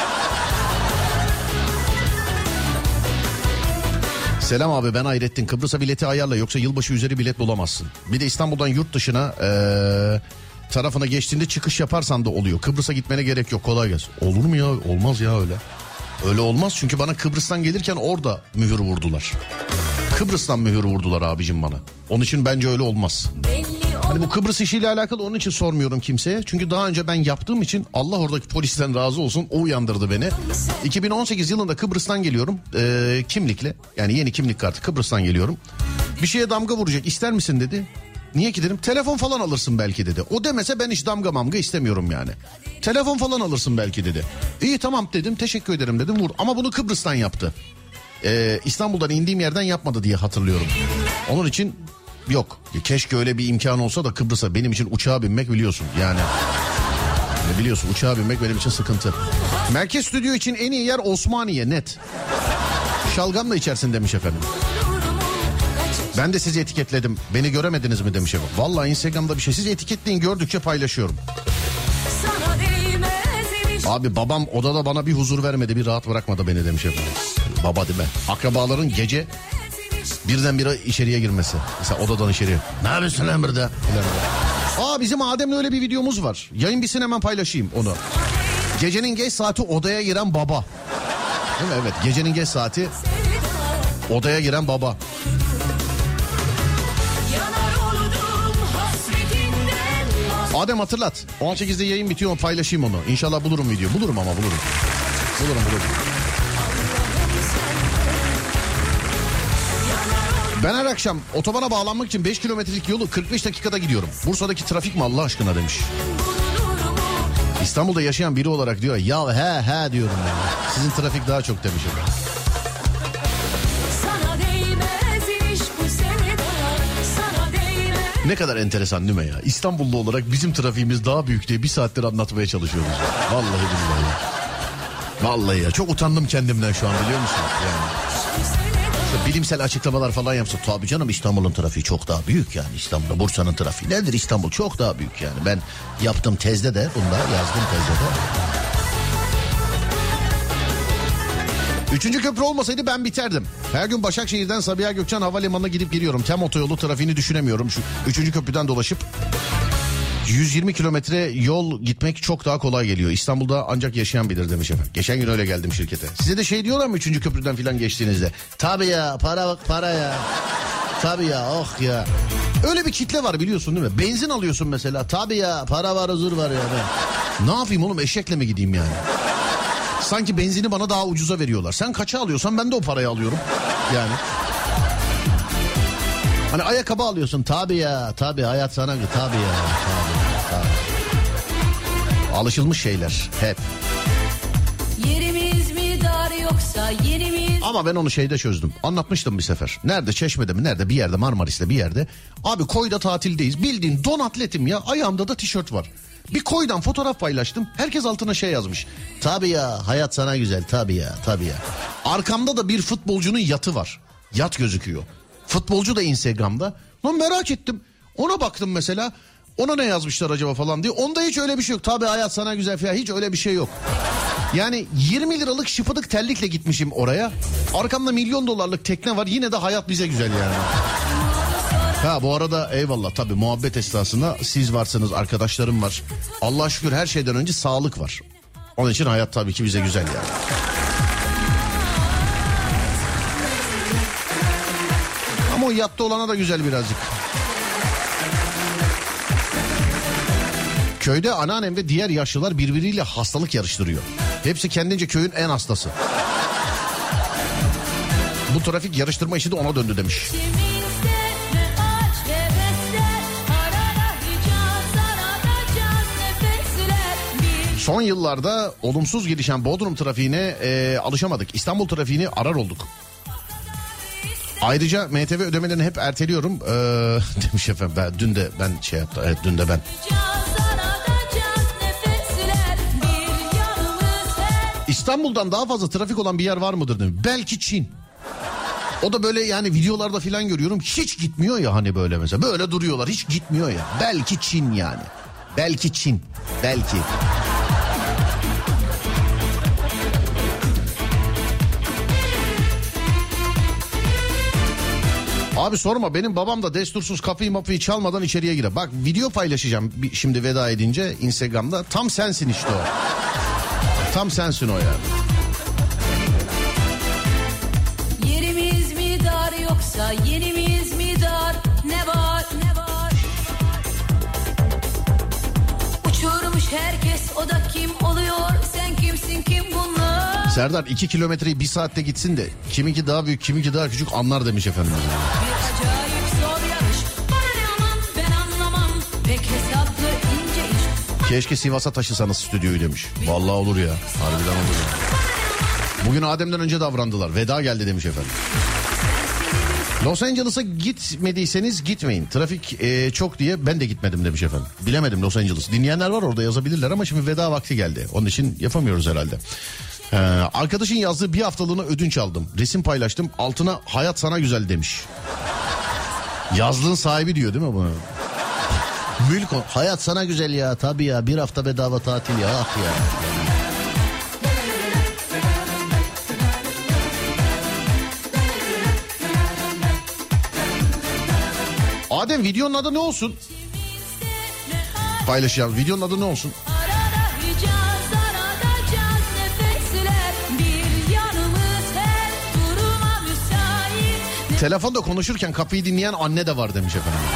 Selam abi, ben Hayrettin. Kıbrıs'a bileti ayarla, yoksa yılbaşı üzeri bilet bulamazsın. Bir de İstanbul'dan yurt dışına tarafına geçtiğinde çıkış yaparsan da oluyor. Kıbrıs'a gitmene gerek yok, kolay gelsin. Olur mu ya? Olmaz ya öyle. Öyle olmaz çünkü bana Kıbrıs'tan gelirken orada mühür vurdular. Kıbrıs'tan mühür vurdular abicim bana. Onun için bence öyle olmaz. Hani bu Kıbrıs işiyle alakalı onun için sormuyorum kimseye. Çünkü daha önce ben yaptığım için Allah oradaki polisten razı olsun, o uyandırdı beni. 2018 yılında Kıbrıs'tan geliyorum kimlikle. Yani yeni kimlik kartı, Kıbrıs'tan geliyorum. Bir şeye damga vuracak, ister misin dedi. Niye ki dedim, telefon falan alırsın belki dedi. O demese ben hiç damga mamga istemiyorum yani. Telefon falan alırsın belki dedi. İyi tamam dedim, teşekkür ederim dedim, vur. Ama bunu Kıbrıs'tan yaptı. İstanbul'dan indiğim yerden yapmadı diye hatırlıyorum. Onun için yok. Keşke öyle bir imkan olsa da Kıbrıs'a, benim için uçağa binmek biliyorsun yani. Biliyorsun uçağa binmek benim için sıkıntı. Merkez stüdyo için en iyi yer Osmaniye, net. Şalgamla içersin demiş efendim. Ben de sizi etiketledim. Beni göremediniz mi demiş efendim. Vallahi Instagram'da bir şey, siz etiketleyin, gördükçe paylaşıyorum. Abi babam odada bana bir huzur vermedi, bir rahat bırakmadı beni demiş efendim. Baba değil mi? Akrabaların gece birdenbire içeriye girmesi. Mesela odadan içeriye. Ne yapıyorsun lan burada? Bizim Adem'le öyle bir videomuz var. Yayın bitsin hemen paylaşayım onu. Gecenin geç saati odaya giren baba. Değil mi? Evet, gecenin geç saati odaya giren baba. Adem hatırlat. 18'de yayın bitiyor, paylaşayım onu. İnşallah bulurum video. Bulurum. Bulurum. Ben her akşam otobana bağlanmak için 5 kilometrelik yolu 45 dakikada gidiyorum. Bursa'daki trafik mi Allah aşkına demiş. İstanbul'da yaşayan biri olarak diyor ya he diyorum yani. Sizin trafik daha çok demiş. Ne kadar enteresan değil mi ya? İstanbullu olarak bizim trafiğimiz daha büyük diye bir saattir anlatmaya çalışıyoruz. Ya. Vallahi billahi. Vallahi ya, çok utandım kendimden şu an, biliyor musun? Yani. İşte bilimsel açıklamalar falan yapsa, tabii canım İstanbul'un trafiği çok daha büyük yani. İstanbul'da Bursa'nın trafiği nedir? İstanbul çok daha büyük yani. Ben yaptım tezde de, bunda yazdım tezde de. Üçüncü köprü olmasaydı ben biterdim. Her gün Başakşehir'den Sabiha Gökçen Havalimanı'na gidip geliyorum. Tem otoyolu trafiğini düşünemiyorum. Şu 3. köprüden dolaşıp 120 kilometre yol gitmek çok daha kolay geliyor. İstanbul'da ancak yaşayan bilir demiş efendim. Geçen gün öyle geldim şirkete. Size de şey diyorlar mı 3. köprüden falan geçtiğinizde? Tabii ya, para ya. Tabii ya, oh ya. Öyle bir kitle var biliyorsun değil mi? Benzin alıyorsun mesela. Tabii ya, para var, huzur var ya. Ne yapayım oğlum, eşekle mi gideyim yani? Sanki benzini bana daha ucuza veriyorlar. Sen kaça alıyorsan ben de o parayı alıyorum. Yani. Hani ayakkabı alıyorsun. Tabii ya, tabii hayat sana, tabii ya. Tabii. Alışılmış şeyler hep. Yerimiz mi dar yoksa yerimiz... Ama ben onu şeyde çözdüm. Anlatmıştım bir sefer. Nerede? Çeşme'de mi? Nerede? Bir yerde, Marmaris'te bir yerde. Abi koyda tatildeyiz. Bildiğin don atletim ya. Ayağımda da tişört var. Bir koydan fotoğraf paylaştım. Herkes altına şey yazmış. Tabii ya, hayat sana güzel. Tabii ya. Arkamda da bir futbolcunun yatı var. Yat gözüküyor. Futbolcu da Instagram'da. Lan merak ettim. Ona baktım mesela. Ona ne yazmışlar acaba falan diye. Onda hiç öyle bir şey yok. Tabii hayat sana güzel falan. Hiç öyle bir şey yok. Yani 20 liralık şıpıdık terlikle gitmişim oraya. Arkamda milyon dolarlık tekne var. Yine de hayat bize güzel yani. Ha bu arada eyvallah tabii muhabbet esnasında siz varsınız, arkadaşlarım var. Allah'a şükür her şeyden önce sağlık var. Onun için hayat tabii ki bize güzel yani. Ama o yatta olana da güzel birazcık. Köyde anneannem ve diğer yaşlılar birbiriyle hastalık yarıştırıyor. Hepsi kendince köyün en hastası. Bu trafik yarıştırma işi de ona döndü demiş. Son yıllarda olumsuz gelişen Bodrum trafiğine alışamadık. İstanbul trafiğini arar olduk. Ayrıca MTV ödemelerini hep erteliyorum demiş efendim. Dün de ben şey yaptım. Evet dün de ben. İstanbul'dan daha fazla trafik olan bir yer var mıdır demiş. Belki Çin. O da böyle yani videolarda falan görüyorum. Hiç gitmiyor ya hani böyle mesela. Böyle duruyorlar hiç gitmiyor ya. Belki Çin yani. Belki Çin. Belki. Abi sorma benim babam da destursuz kapıyı çalmadan içeriye girer. Bak video paylaşacağım şimdi veda edince Instagram'da. Tam sensin işte o. Tam sensin o yani. Yerimiz mi dar yoksa yenimiz mi dar? Ne var ne var? Uçurmuş herkes o da kim oluyor? Sen kimsin kim bunlar? Serdar 2 kilometreyi 1 saatte gitsin de kiminki daha büyük kiminki daha küçük anlar demiş efendim. Bir acayip zor yarış. Bana ne aman ben anlamam. Pek hesaplı ince iş. Keşke Sivas'a taşısanız stüdyoyu demiş. Vallahi olur ya. Harbiden olur ya. Bugün Adem'den önce davrandılar. Veda geldi demiş efendim. Los Angeles'a gitmediyseniz gitmeyin. Trafik çok diye ben de gitmedim demiş efendim. Bilemedim Los Angeles. Dinleyenler var orada yazabilirler ama şimdi veda vakti geldi. Onun için yapamıyoruz herhalde. Arkadaşın yazdığı bir haftalığına ödünç aldım. Resim paylaştım. Altına hayat sana güzel demiş. Yazlığın sahibi diyor değil mi bunu? Mülk o. Hayat sana güzel ya. Tabii ya. Bir hafta bedava tatil ya. Ah ya. Adem videonun adı ne olsun? Paylaşacağım. Videonun adı ne olsun? Telefonda konuşurken kapıyı dinleyen anne de var demiş efendim.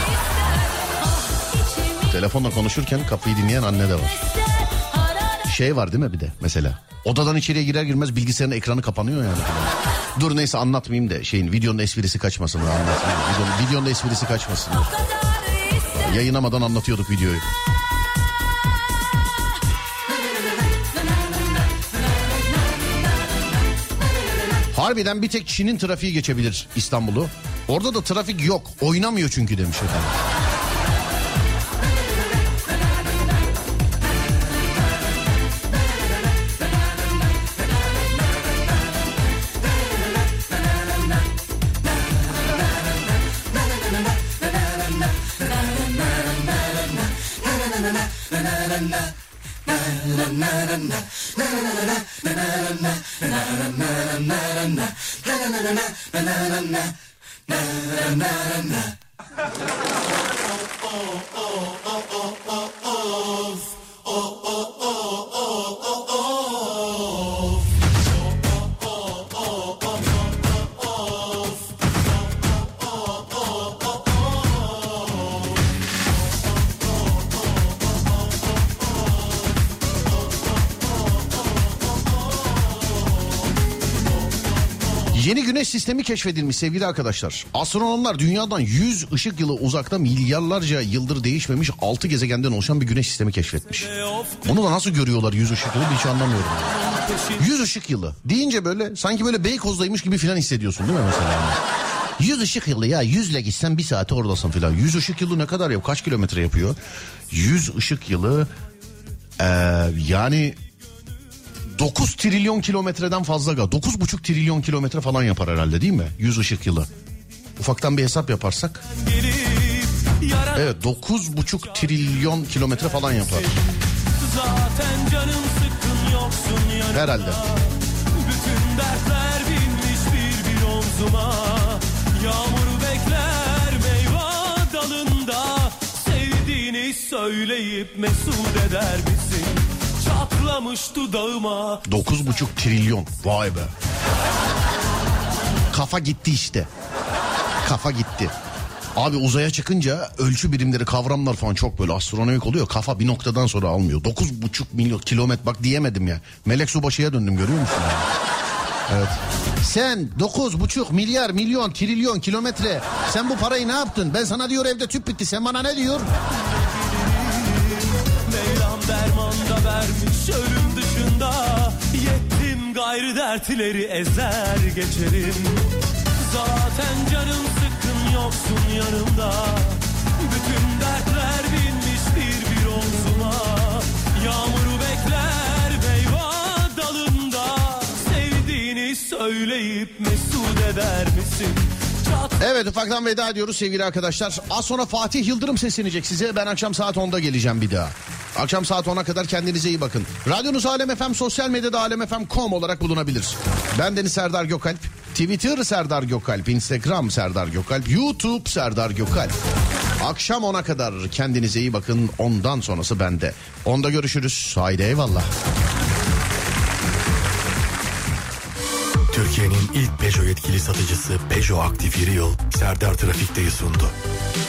Telefonla konuşurken kapıyı dinleyen anne de var. Şey var değil mi bir de mesela? Odadan içeriye girer girmez bilgisayarın ekranı kapanıyor yani. Dur neyse anlatmayayım da videonun esprisi kaçmasın. Videonun esprisi kaçmasın. Yayınlamadan anlatıyorduk videoyu. Harbiden bir tek Çin'in trafiği geçebilir İstanbul'u. Orada da trafik yok. Oynamıyor çünkü demiş efendim. Yeni güneş sistemi keşfedilmiş sevgili arkadaşlar. Astronomlar dünyadan 100 ışık yılı uzakta milyarlarca yıldır değişmemiş 6 gezegenden oluşan bir güneş sistemi keşfetmiş. Onu da nasıl görüyorlar 100 ışık yılı hiç anlamıyorum. 100 ışık yılı deyince böyle sanki böyle Beykoz'daymış gibi falan hissediyorsun değil mi mesela? 100 ışık yılı ya 100 ile gitsen 1 saate oradasın falan. 100 ışık yılı ne kadar yapıyor? Kaç kilometre yapıyor? 100 ışık yılı yani 9 trilyon kilometreden fazla 9,5 trilyon kilometre falan yapar herhalde değil mi? 100 ışık yılı. Ufaktan bir hesap yaparsak. Evet 9,5 trilyon kilometre falan yapar. Zaten canım sıkkın yok yoksun yanımda. Herhalde. Bütün dertler binmiş bir omzuma. Yağmur bekler meyve dalında. Sevdiğini söyleyip mesut eder misin? Çatlamış dudağıma. 9,5 trilyon. Vay be. Kafa gitti işte. Kafa gitti. Abi uzaya çıkınca ölçü birimleri, kavramlar falan çok böyle astronomik oluyor. Kafa bir noktadan sonra almıyor. 9,5 milyon kilometre, bak diyemedim ya. Melek Subaşı'ya döndüm, görüyor musun? Yani? Evet. Sen 9,5 milyar, milyon, trilyon kilometre. Sen bu parayı ne yaptın? Ben sana diyor evde tüp bitti. Sen bana ne diyor? Mevlam derman da vermiş ölüm dışında. Yettim gayrı dertleri ezer geçerim. Zaten canım sıkkın yoksun yanımda. Bütün dertler binmiş bir omzuma. Yağmuru bekler meyve dalında. Sevdiğini söyleyip mesut eder misin? Evet, ufaktan veda ediyoruz sevgili arkadaşlar. Az sonra Fatih Yıldırım seslenecek size. Ben akşam saat 10'da geleceğim bir daha. Akşam saat 10'a kadar kendinize iyi bakın. Radyonuz Alem FM, sosyal medyada alemfm.com olarak bulunabilir. Ben Deniz Serdar Gökalp. Twitter Serdar Gökalp, Instagram Serdar Gökalp, YouTube Serdar Gökalp. Akşam 10'a kadar kendinize iyi bakın. Ondan sonrası bende. 10'da görüşürüz. Haydi eyvallah. Türkiye'nin ilk Peugeot yetkili satıcısı Peugeot Aktif İri Yıl Serdar Trafik'teyi sundu.